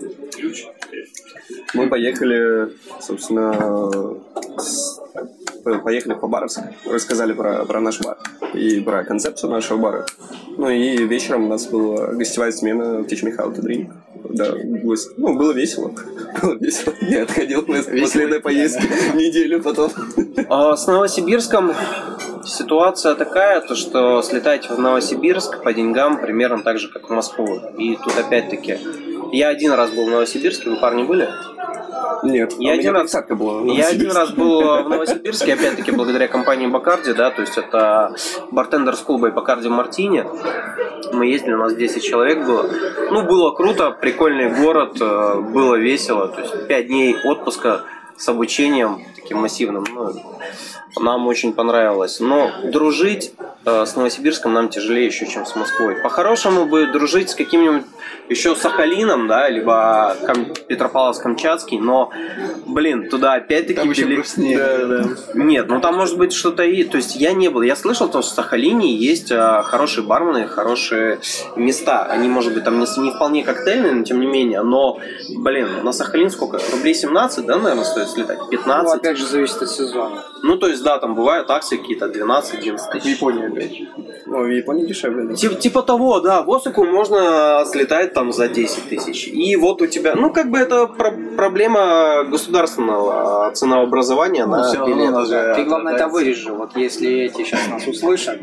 собственно, поехали в Хабаровск, рассказали про наш бар и про концепцию нашего бара. И вечером у нас была гостевая смена в Teach Me How to Drink. Да, было весело. Я отходил после этой поездки неделю потом. С Новосибирском ситуация такая, то что слетать в Новосибирск по деньгам примерно так же, как в Москву. И тут опять-таки, я один раз был в Новосибирске, вы, парни, были? Нет, я один раз был в Новосибирске, опять-таки, благодаря компании Бакарди, да, то есть это бартендер с клуба Бакарди Мартини. Мы ездили, у нас 10 человек было. Было круто, прикольный город, было весело, то есть 5 дней отпуска с обучением таким массивным, нам очень понравилось. Но дружить с Новосибирском нам тяжелее еще, чем с Москвой. По-хорошему бы дружить с каким-нибудь еще Сахалином, да, либо Петропавловск-Камчатский, но, туда опять-таки... Там еще грустнее. Да. Нет, там может быть что-то и... То есть я не был. Я слышал, что в Сахалине есть хорошие бармены, хорошие места. Они, может быть, там не вполне коктейльные, но тем не менее. Но, на Сахалин сколько? Рублей 17, да, наверное, стоит слетать? 15? Опять же, зависит от сезона. То есть, да, там бывают акции какие-то 12-11 тысяч. В Японии опять же. В Японии дешевле. Да. Типа того, да. В Осаку можно слетать там за 10 тысяч. И вот у тебя... это проблема государственного ценообразования на билеты. Ты, главное, это вырежи. Вот если эти сейчас нас услышат...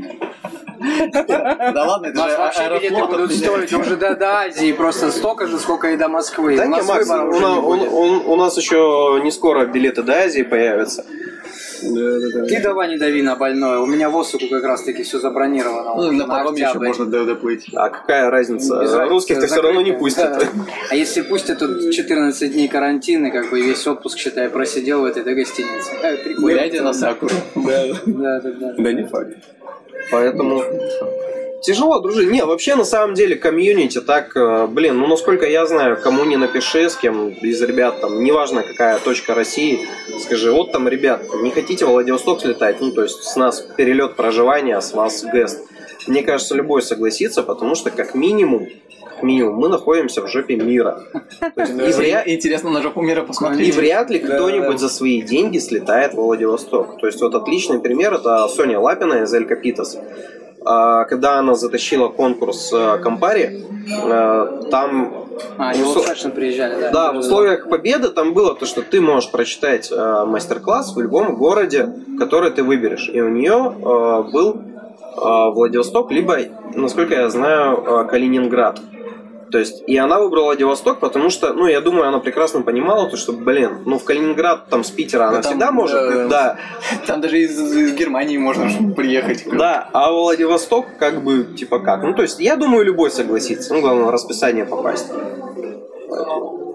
Да ладно, это же вообще билеты будут стоить уже до Азии просто столько же, сколько и до Москвы. Да не, Макс, у нас еще не скоро билеты до Азии появятся. Да. Ты давай не дави на больное. У меня в Осаку как раз таки все забронировано. На пароме еще можно доплыть. А какая разница? Русских-то все равно не пустят. Да. А если пустят, тут 14 дней карантин, и весь отпуск, считай, просидел в этой гостинице. Прикольно. Глядя на Сакуру. Да. Да не факт. Поэтому тяжело дружить. Не, вообще на самом деле комьюнити так, насколько я знаю, кому не напиши, с кем из ребят, там, неважно какая точка России, скажи, вот там, ребят, не хотите в Владивосток слетать, то есть с нас перелет проживания, а с вас гест. Мне кажется, любой согласится, потому что как минимум мы находимся в жопе мира. Интересно на жопу мира посмотреть. И вряд ли кто-нибудь за свои деньги слетает в Владивосток. То есть вот отличный пример — это Соня Лапина из Эль Капитас. Когда она затащила конкурс Кампари, там... Они в Фэшн приезжали, да? Да, в условиях победы там было то, что ты можешь прочитать мастер-класс в любом городе, который ты выберешь. И у нее был Владивосток, либо, насколько я знаю, Калининград. То есть, и она выбрала Владивосток, потому что, я думаю, она прекрасно понимала, то, что, в Калининград, там, с Питера она там, всегда может, да. Там даже из Германии можно приехать. Да, а Владивосток, как. То есть, я думаю, любой согласится. Главное, в расписание попасть.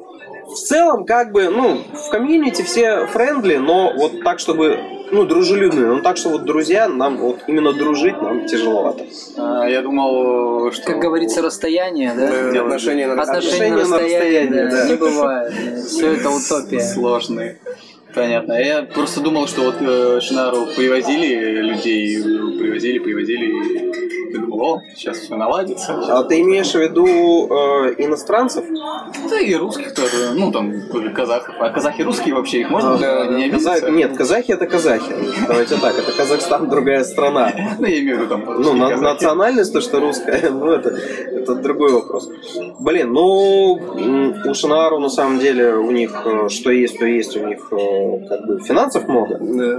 В целом, как бы, ну, в комьюнити все френдли, но вот так, чтобы, ну, дружелюбные, но так, что вот друзья, нам вот именно дружить нам тяжеловато. Я думал, что... Как говорится, расстояние, да? Отношения на Отношения на расстоянии, да, не бывает. Все это утопия. Сложные. Понятно. Я просто думал, что вот Шинару привозили людей, привозили, и ты думал, о, сейчас все наладится. А ты имеешь в виду иностранцев? Да и русских тоже, ну там казахов. А казахи русские вообще, их можно не обидеться? Нет, казахи это казахи. Давайте так, это Казахстан, другая страна. Ну, я имею в виду там... Ну, национальность, то, что русская, ну, это другой вопрос. Блин, ну, у Шинару, на самом деле, у них что есть, то есть, у них как бы финансов много.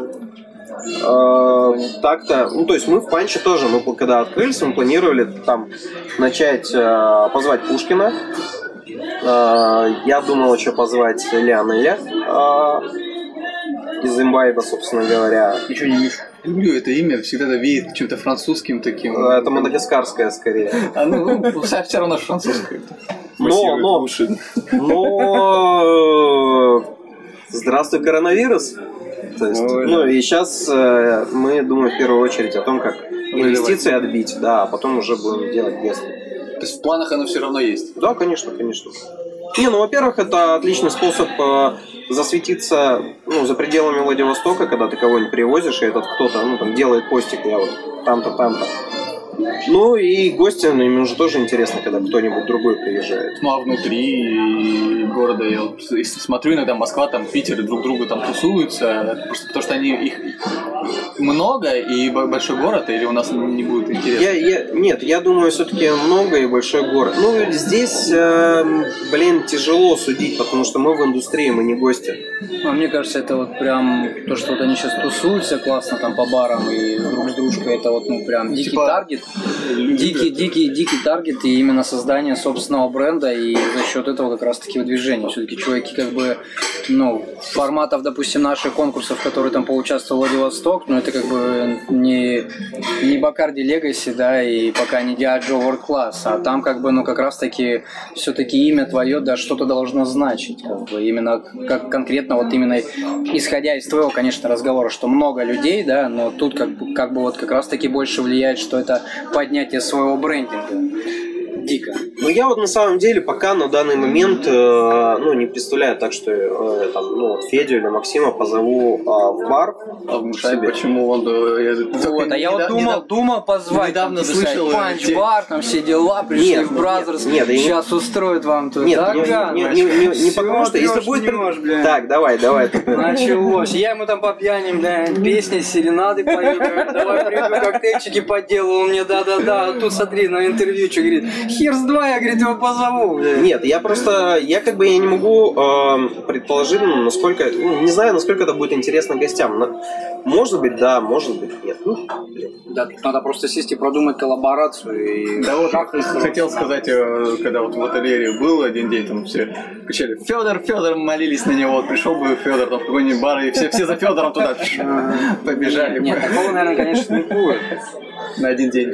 Так-то, ну, то есть мы в Панче тоже, мы когда открылись, мы планировали там начать позвать Пушкина. Я думал еще позвать Леонеля из имбайба, собственно говоря. Ничего не люблю это имя, всегда это веет чем-то французским таким. Это мадагаскарское скорее. Ну, все равно французское. Но здравствуй, коронавирус. То есть, ну и сейчас мы думаем в первую очередь о том, как инвестиции отбить, да, а потом уже будем делать гесты. То есть в планах оно все равно есть? Да, конечно. Не, ну, во-первых, это отличный способ засветиться, ну, за пределами Владивостока, когда ты кого-нибудь привозишь, и этот кто-то, ну, там, делает постик, я вот там-то. Ну и гостям им уже тоже интересно, когда кто-нибудь другой приезжает. Ну а внутри города я вот, если смотрю, иногда Москва, там Питер друг друга там тусуются, просто потому что их много и большой город, или у нас не будет интересно? Нет, я думаю, все-таки много и большой город. Ну, здесь, тяжело судить, потому что мы в индустрии, мы не гости. Ну, мне кажется, это вот прям то, что вот они сейчас тусуются классно там по барам и друг с дружкой, это вот, ну, прям дикий таргет. Дикий таргет и именно создание собственного бренда, и за счет этого как раз таки выдвижение. Все-таки чуваки как бы, ну, форматов, допустим, наших конкурсов, которые там поучаствовал Владивосток, ну, это как бы не Бакарди Legacy, да, и пока не Diageo World Class, а там как бы, ну, как раз таки все-таки имя твое, да, что-то должно значить, как бы, именно как конкретно, вот именно исходя из твоего, конечно, разговора, что много людей, да, но тут как бы вот как раз таки больше влияет, что это поднятие своего брендинга. Дико. Ну, я вот на самом деле пока на данный момент не представляю так, что Федю или Максима позову в бар. Почему он... Вот, а я вот думал позвать. Недавно слышал... Панч-бар, там все дела, пришли в Бразерс, сейчас устроят вам тут. Нет, не потому что... Если будет... Так, давай. Началось. Я ему там по пьяням, песни, серенады пою. Давай приду, коктейльчики поделал. Он мне да-да-да. Тут смотри, на интервью, что говорит... Хер с два, я, говорит, его позову. Нет, я не могу предположить, насколько, не знаю, насколько это будет интересно гостям. Может быть, да, может быть, нет. Да, тут надо просто сесть и продумать коллаборацию. Да вот, хотел сказать, когда вот в ательере был один день, там все кричали Федор, молились на него, вот пришел бы Федор там в какой-нибудь бар, и все за Федором туда побежали. Нет, такого, наверное, конечно, не будет. На один день.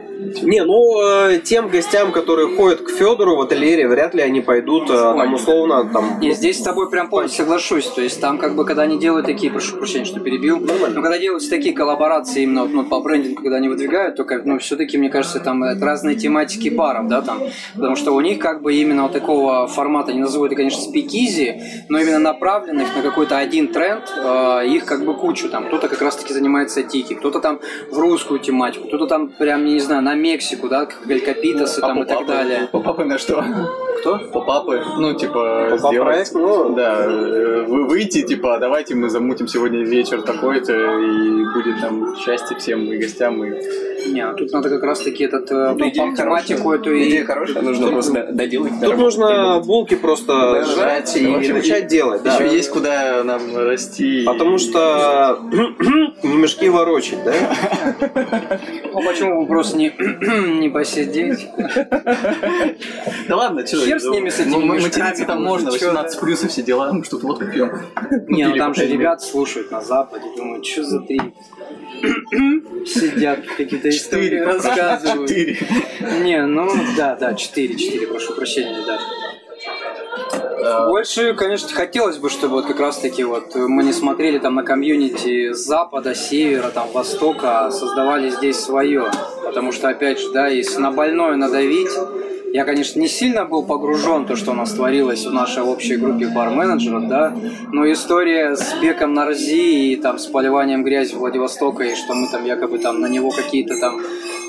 Тем гостям, которые ходят к Федору в ательере, вряд ли они пойдут, там, условно, там... Нет, здесь с тобой прям полностью соглашусь. То есть там, как бы, когда они делают такие, прошу прощения, что перебил, но когда делаются такие коллаборации именно по брендингу, когда они выдвигают, то как, все-таки, мне кажется, там разные тематики баров, да, там, потому что у них, как бы, именно вот такого формата, не назову это, конечно, спикизи, но именно направленных на какой-то один тренд, их, как бы, кучу, там, кто-то как раз-таки занимается тики, кто-то там в русскую тематику, кто-то там, прям, не знаю, на Мексику, да, Капитасы там и так далее. Поп-апы на что? Кто? Поп-апы, сделать. Да, вы выйти, давайте мы замутим сегодня вечер такой-то, и будет там счастье всем и гостям, и... Не, тут надо как раз-таки тематику эту и... Идея хорошая, нужно просто доделать. Тут нужно булки просто сжать и начать делать. Еще есть куда нам расти. Потому что не мешки ворочать, да? Ну почему бы просто не посидеть? Да ладно, что? Хер с ними, с этими материться там можно, 18 плюс и все дела, что-то водку пьем. Не, ну там же ребят слушают на Западе, думают, что за три... Сидят, какие-то истории рассказывают. 4. Не, да, 4, прошу прощения, да. Больше, конечно, хотелось бы, чтобы вот как раз-таки вот мы не смотрели там на комьюнити запада, севера, там, востока, а создавали здесь свое. Потому что, опять же, да, если на больное надавить, я, конечно, не сильно был погружен в то, что у нас творилось в нашей общей группе бар-менеджеров, да, но история с Беком Нарзи и там с поливанием грязи Владивостока, и что мы там якобы там на него какие-то там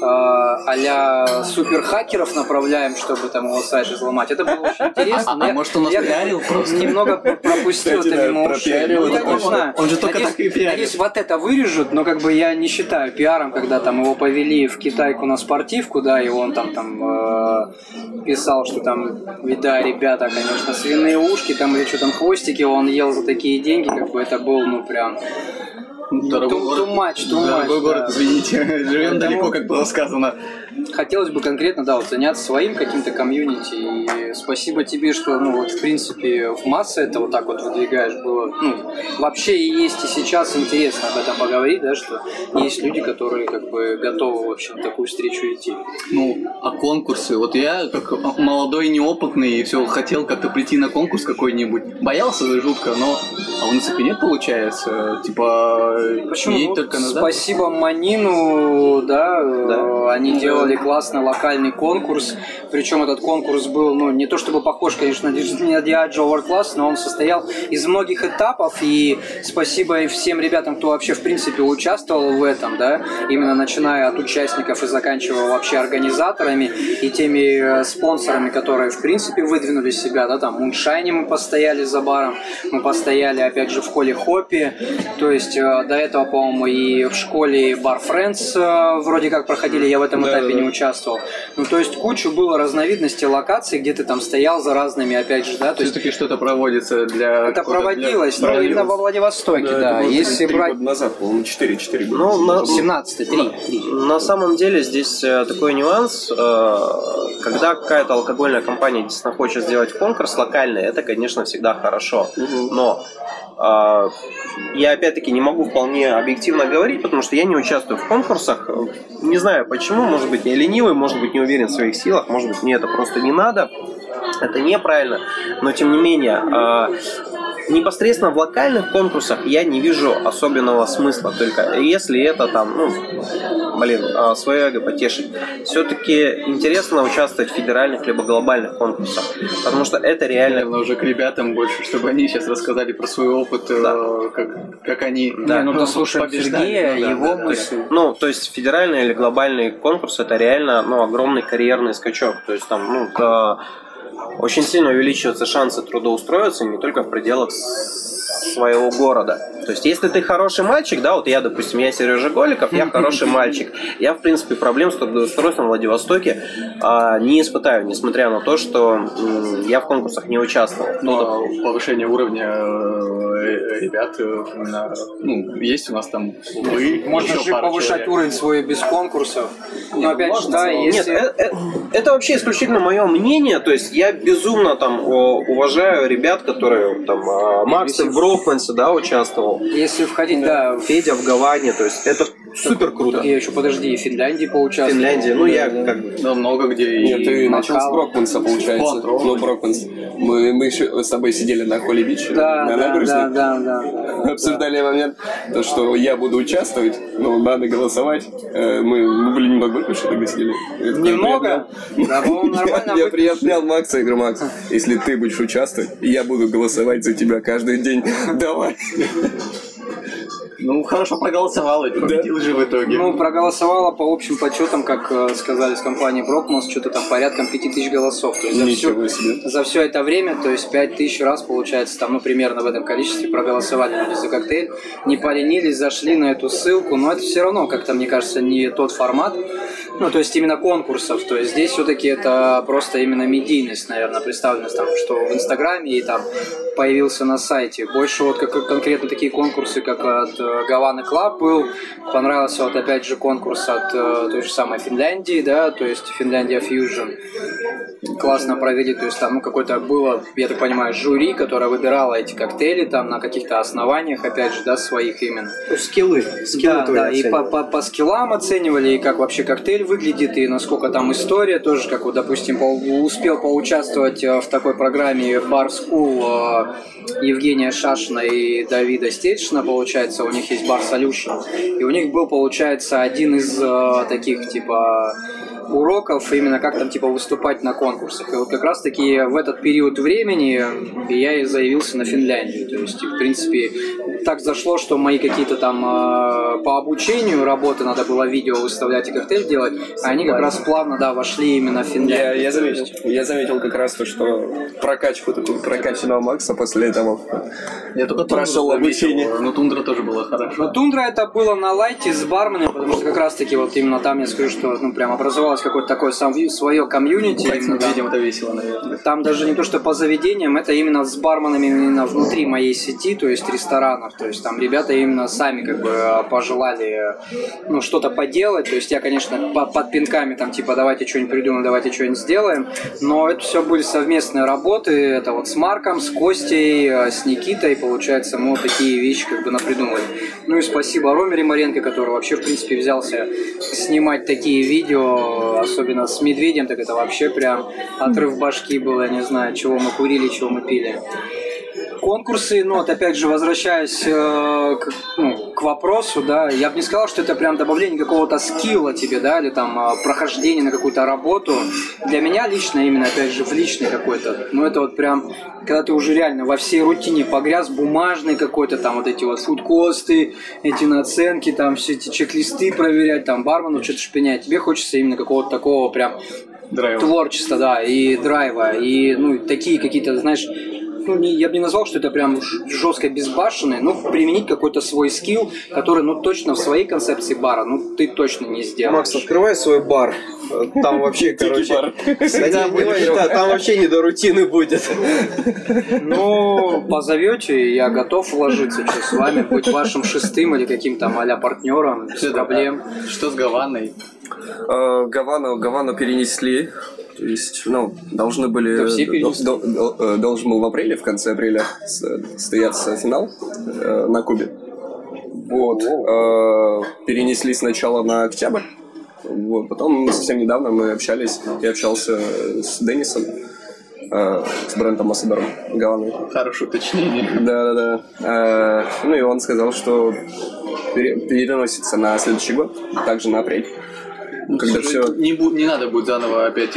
а-ля суперхакеров направляем, чтобы там его сайт взломать. Это было очень интересно. А может, он нас пиарил просто? Немного пропустил это мимо ушей. Я не знаю. Он же только так и пиарит. Надеюсь, вот это вырежут, но как бы я не считаю пиаром, когда там его повели в Китайку на спортивку, да, и он там писал, что там, да, ребята, конечно, свиные ушки, там или что там, хвостики, он ел за такие деньги, как бы это был, ну, прям... Too much. Дорогой город, извините, живем далеко, как было сказано. Хотелось бы конкретно, да, вот заняться своим каким-то комьюнити. И спасибо тебе, что, ну, вот, в принципе, в массы это вот так вот выдвигаешь. Было, ну, вообще и есть и сейчас интересно об этом поговорить, да, что есть люди, которые, как бы, готовы, в общем, в такую встречу идти. Ну, а конкурсы? Вот я, как молодой, неопытный, и все хотел как-то прийти на конкурс какой-нибудь. Боялся жутко, но... А у нас их и нет, получается? Типа... Почему? Только спасибо Манину, да, они делали классный локальный конкурс, причем этот конкурс был, ну, не то чтобы похож, конечно, на Diageo World Class, но он состоял из многих этапов, и спасибо всем ребятам, кто вообще, в принципе, участвовал в этом, да, именно начиная от участников и заканчивая вообще организаторами и теми спонсорами, которые, в принципе, выдвинули себя, да, там, Муншайне мы постояли за баром, мы постояли, опять же, в холле Хоппи, то есть до этого, по-моему, и в школе Bar Friends вроде как проходили, я в этом этапе не участвовал. Ну, то есть кучу было разновидностей локаций, где ты там стоял за разными, опять же, да. То есть все-таки что-то проводится для... Это проводилось, но именно во Владивостоке, да. Если брать... года назад, по-моему, 4 года. Ну, 17-3. На самом деле здесь такой нюанс, когда какая-то алкогольная компания действительно хочет сделать конкурс локальный, это, конечно, всегда хорошо. Но я опять-таки не могу вполне объективно говорить, потому что я не участвую в конкурсах. Не знаю почему, может быть, я ленивый, может быть, не уверен в своих силах, может быть, мне это просто не надо. Это неправильно, но тем не менее, непосредственно в локальных конкурсах я не вижу особенного смысла, только если это там, свое эго потешить. Все-таки интересно участвовать в федеральных либо глобальных конкурсах, потому что это реально... Наверное, уже к ребятам больше, чтобы они сейчас рассказали про свой опыт, как они послушаем Сергея, его мысли. То есть федеральный или глобальный конкурс это реально огромный карьерный скачок, то есть там, очень сильно увеличиваются шансы трудоустроиться не только в пределах своего города. То есть, если ты хороший мальчик, да, вот я, допустим, я Сережа Голиков, я хороший мальчик. Я, в принципе, проблем с трудоустройством в Владивостоке не испытаю, несмотря на то, что я в конкурсах не участвовал. Повышение уровня ребят, есть у нас там увы. Можно же повышать уровень свой без конкурсов. Но опять же, да, если... Нет, это вообще исключительно мое мнение. То есть, я безумно там уважаю ребят, которые там Макс в Брокмансе, да, участвовал. Если входить, да, Федя в Гаване, то есть это супер круто. Я еще, подожди, в Финляндии поучаствовал. Финляндия, я как бы... Да, много где. Нет, ты начал с Брокманса, получается. Брокманс. Мы еще с тобой сидели на Холли Бич, на набережной. Да. Обсуждали момент, то, что я буду участвовать, надо голосовать. Мы были немного выпили, что тогда сидели. Немного? Да, по-моему, нормально. Я приобнял Макса и говорю: Макс, если ты будешь участвовать, я буду голосовать за тебя каждый день. Давай. Хорошо проголосовала, и победил же в итоге. Проголосовала по общим подсчетам, как сказали с компанией Брокманс, что-то там порядком 5000 голосов. То есть за все это время, то есть 5000 раз, получается, там, примерно в этом количестве проголосовали люди за коктейль, не поленились, зашли на эту ссылку, но это все равно, как-то, мне кажется, не тот формат, то есть именно конкурсов, то есть здесь все-таки это просто именно медийность, наверное, представленность, там, что в Инстаграме и там появился на сайте. Больше вот как конкретно такие конкурсы, как от Гаваны Клаб был, понравился вот опять же конкурс от той же самой Финляндии, да, то есть Финляндия Fusion. Классно провели, то есть там какое-то было, я так понимаю, жюри, которое выбирало эти коктейли там на каких-то основаниях, опять же, да, своих именно. Скиллы Да, и по скиллам оценивали, и как вообще коктейли коктейль выглядит и насколько там история тоже, как вот, допустим, успел поучаствовать в такой программе Bar School Евгения Шашина и Давида Стечина, получается, у них есть Bar Solution, и у них был, получается, один из таких, типа, уроков, именно как там, типа, выступать на конкурсах. И вот как раз-таки в этот период времени я и заявился на Финляндию. То есть, в принципе, так зашло, что мои какие-то там по обучению работы надо было видео выставлять и коктейль делать, а они как раз плавно, да, вошли именно в Финляндию. Я заметил как раз то, что прокачку такую прокачанного Макса после этого. Я только прошел обучение. Но Тундра тоже было хорошо. Но Тундра это было на лайте с барменами, потому что как раз-таки вот именно там я скажу, что ну прям образовалось какое-то такое свое комьюнити. Именно видимо, это весело, наверное. Там даже не то, что по заведениям, это именно с барменами именно внутри моей сети, то есть ресторанов. То есть там ребята именно сами как бы пожелали ну, что-то поделать. То есть я, конечно, под пинками там типа давайте что-нибудь придумаем, давайте что-нибудь сделаем. Но это все были совместные работы. Это вот с Марком, с Костей, с Никитой. Получается, мы вот такие вещи как бы напридумывали. Ну и спасибо Роме Римаренко, который вообще в принципе взялся снимать такие видео, особенно с медведем, так это вообще прям отрыв башки был, я не знаю, чего мы курили, чего мы пили. Конкурсы, ну вот опять же, возвращаясь к вопросу, да, я бы не сказал, что это прям добавление какого-то скилла тебе, да, или там прохождение на какую-то работу. Для меня лично, именно опять же, в личный какой-то, ну это вот прям, когда ты уже реально во всей рутине погряз, бумажный какой-то, там вот эти вот фудкосты, эти наценки, там все эти чек-листы проверять, там бармену что-то шпинять, тебе хочется именно какого-то такого прям драйва. Творчества, да, и драйва, и ну такие какие-то, знаешь, ну, я бы не назвал, что это прям жестко безбашенное, но применить какой-то свой скилл, который, ну, точно в своей концепции бара, ну, ты точно не сделаешь. Макс, открывай свой бар. Там вообще, короче... Там вообще не до рутины будет. Ну, позовете, я готов вложиться, что с вами, быть вашим шестым или каким-то а-ля партнером, без проблем. Что с Гаваной? Гавану перенесли. То есть, ну, должны были... Должен был в апреле, в конце апреля состояться финал на Кубе. Вот. Перенесли сначала на октябрь. Вот. Потом совсем недавно мы общались. Я общался с Денисом, с бренд-амбассадором Гаваны. Хорошее уточнение. Да. Ну и он сказал, что переносится на следующий год, также на апрель. Когда все... не надо будет заново опять...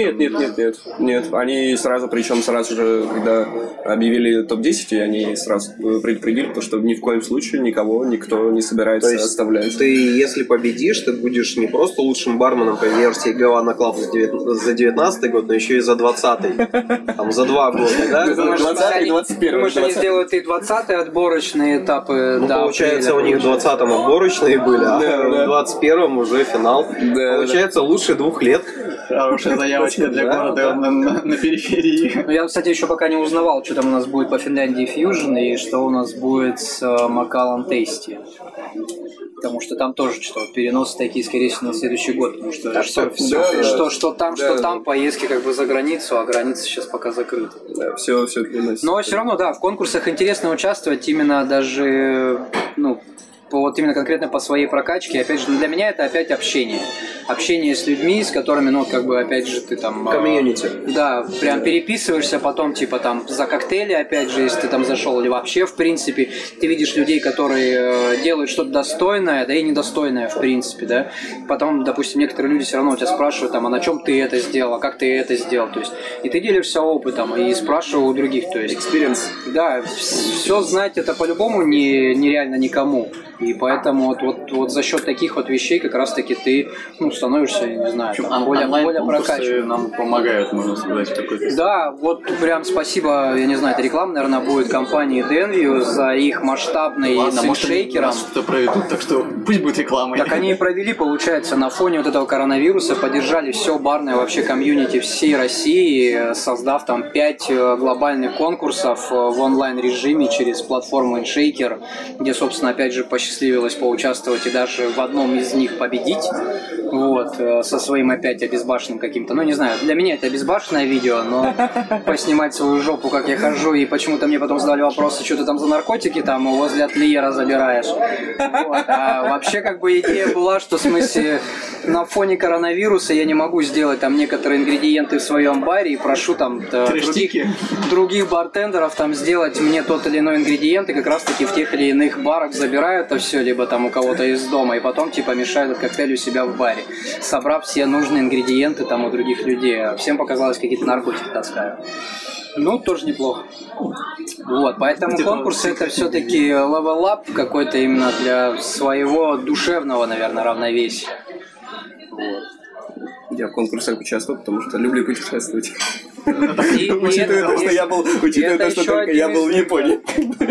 Нет. Они сразу же, когда объявили топ-10, они сразу предупредили, что ни в коем случае никто не собирается оставлять. Ты, если победишь, ты будешь не просто лучшим барменом по версии Гавана Клаб за 19 год, но еще и за 20-й. Там за 2 года, да? 20-й и 21-й. Думаешь, они сделают и 20-й отборочные этапы? Ну, получается, у них в 20-м отборочные были, а в 21-м уже финал. Получается, лучше 2 лет. Хорошая заявочка для города на периферии. Ну, я, кстати, еще пока не узнавал, что там у нас будет по Финляндии Fusion и что у нас будет с Macallan Tasty. Потому что там тоже что-то переносы такие, скорее всего, на следующий год. Потому что что там, поездки как бы за границу, а граница сейчас пока закрыта. Да, все переносится. Но все равно, да, в конкурсах интересно участвовать именно даже, ну, вот именно конкретно по своей прокачке. Опять же, для меня это опять общение. Общение с людьми, с которыми, ну, как бы, опять же, ты там... Комьюнити. Да, прям переписываешься потом, типа, там, за коктейли, опять же, если ты там зашел, или вообще, в принципе, ты видишь людей, которые делают что-то достойное, да и недостойное, в принципе, да. Потом, допустим, некоторые люди все равно у тебя спрашивают, там, а на чем ты это сделал, а как ты это сделал, то есть, и ты делишься опытом, и спрашиваешь у других, то есть... Experience. Да, все знать это по-любому нереально никому. И поэтому вот за счет таких вот вещей как раз-таки ты, ну, становишься, не знаю, более прокачанным. Нам помогают, можно сказать, в какой-то... Да, вот прям спасибо, я не знаю, это реклама, наверное, будет компании Denview за их масштабный с иншейкером. Что-то проведут, так что пусть будет рекламой. Так они и провели, получается, на фоне вот этого коронавируса, поддержали все барное вообще комьюнити всей России, создав там 5 глобальных конкурсов в онлайн-режиме через платформу InShaker, где, собственно, опять же, посчастливилось поучаствовать и даже в одном из них победить. Вот, со своим опять обезбашенным каким-то, ну не знаю, для меня это обезбашенное видео, но поснимать свою жопу, как я хожу, и почему-то мне потом задали вопросы, что ты там за наркотики там возле ательера забираешь. Вот. А вообще как бы идея была, что в смысле на фоне коронавируса я не могу сделать там некоторые ингредиенты в своем баре и прошу там других бартендеров там сделать мне тот или иной ингредиент, и как раз таки в тех или иных барах забирают это все, либо там у кого-то из дома, и потом типа мешают этот коктейль у себя в баре, собрав все нужные ингредиенты там у других людей. А всем показалось, какие-то наркотики таскаю. Ну, тоже неплохо. Вот, поэтому конкурс это все-таки level-up какой-то именно для своего душевного, наверное, равновесия. Вот. Я в конкурсах участвую, потому что люблю путешествовать. Учитывая то, что я был в Японии.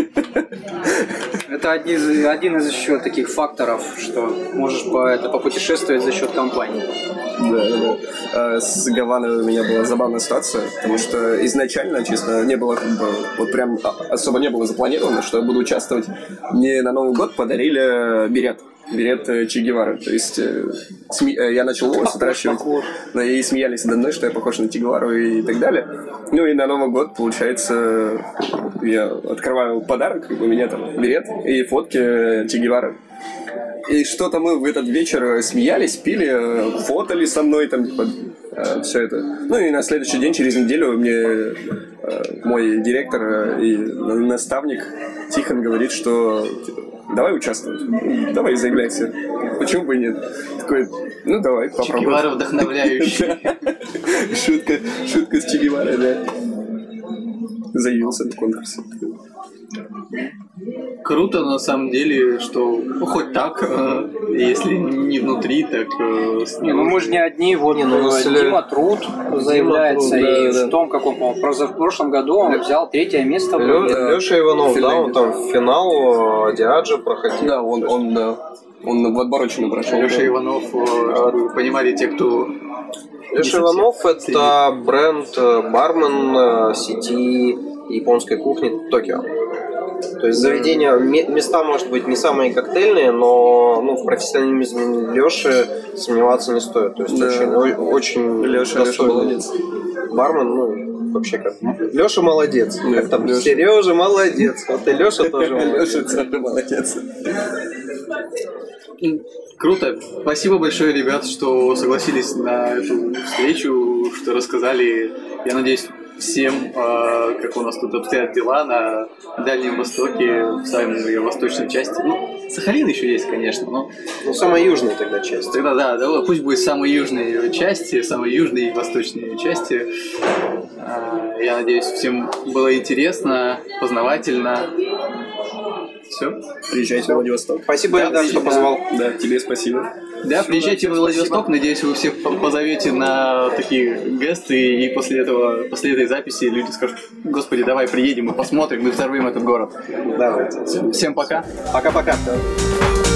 Это один из еще таких факторов, что можешь попутешествовать за счет компании. Да. С Гаваной у меня была забавная ситуация, потому что изначально, честно, не было вот прям особо не было запланировано, что я буду участвовать. Мне на Новый год подарили берет Че Гевары. То есть я начал волосы отращивать, и смеялись надо мной, что я похож на Че Гевару и так далее. Ну и на Новый год, получается, я открываю подарок, у меня там берет и фотки Че Гевары. И что-то мы в этот вечер смеялись, пили, фотали со мной, там, все это. Ну и на следующий день, через неделю, мне мой директор и наставник Тихон говорит, что давай участвовать, давай заявляйся, почему бы и нет. Такой, ну давай, попробуем. Че Гевара вдохновляющий. Шутка с Че Геварой, да. Заявился в конкурсе. Круто, на самом деле, что хоть так, если не внутри, так... мы же не одни, вот Дима Труд заявляется, и в том, как он, в прошлом году он взял 3-е место. Леша Иванов, да, он там в финал Диаджо проходил. Да, он в отборочную прошел. Леша Иванов, чтобы понимали те, кто... Леша Иванов — это бренд бармен сети японской кухни Токио. То есть заведения, места, может быть, не самые коктейльные, но в профессионализме Леши сомневаться не стоит. То есть очень Леша молодец. Бармен, вообще как. Леша молодец. Как там, Сережа молодец. Вот и Леша тоже молодец. Леша молодец. Круто. Спасибо большое, ребят, что согласились на эту встречу, что рассказали. Я надеюсь, всем, как у нас тут обстоят дела на Дальнем Востоке, в самой ее восточной части. Сахалин еще есть, конечно, но... самая южная тогда часть. Тогда да, пусть будет самой южной ее части, самой южной и восточной ее части. Я надеюсь, всем было интересно, познавательно. Все. Приезжайте в Владивосток. Спасибо, Эльдар, что позвал. Да, тебе спасибо. Да, приезжайте в Владивосток. Надеюсь, вы всех позовете на такие гесты, и после этой записи люди скажут: господи, давай приедем и посмотрим, мы взорвем этот город. Давайте. Всем пока. Пока-пока.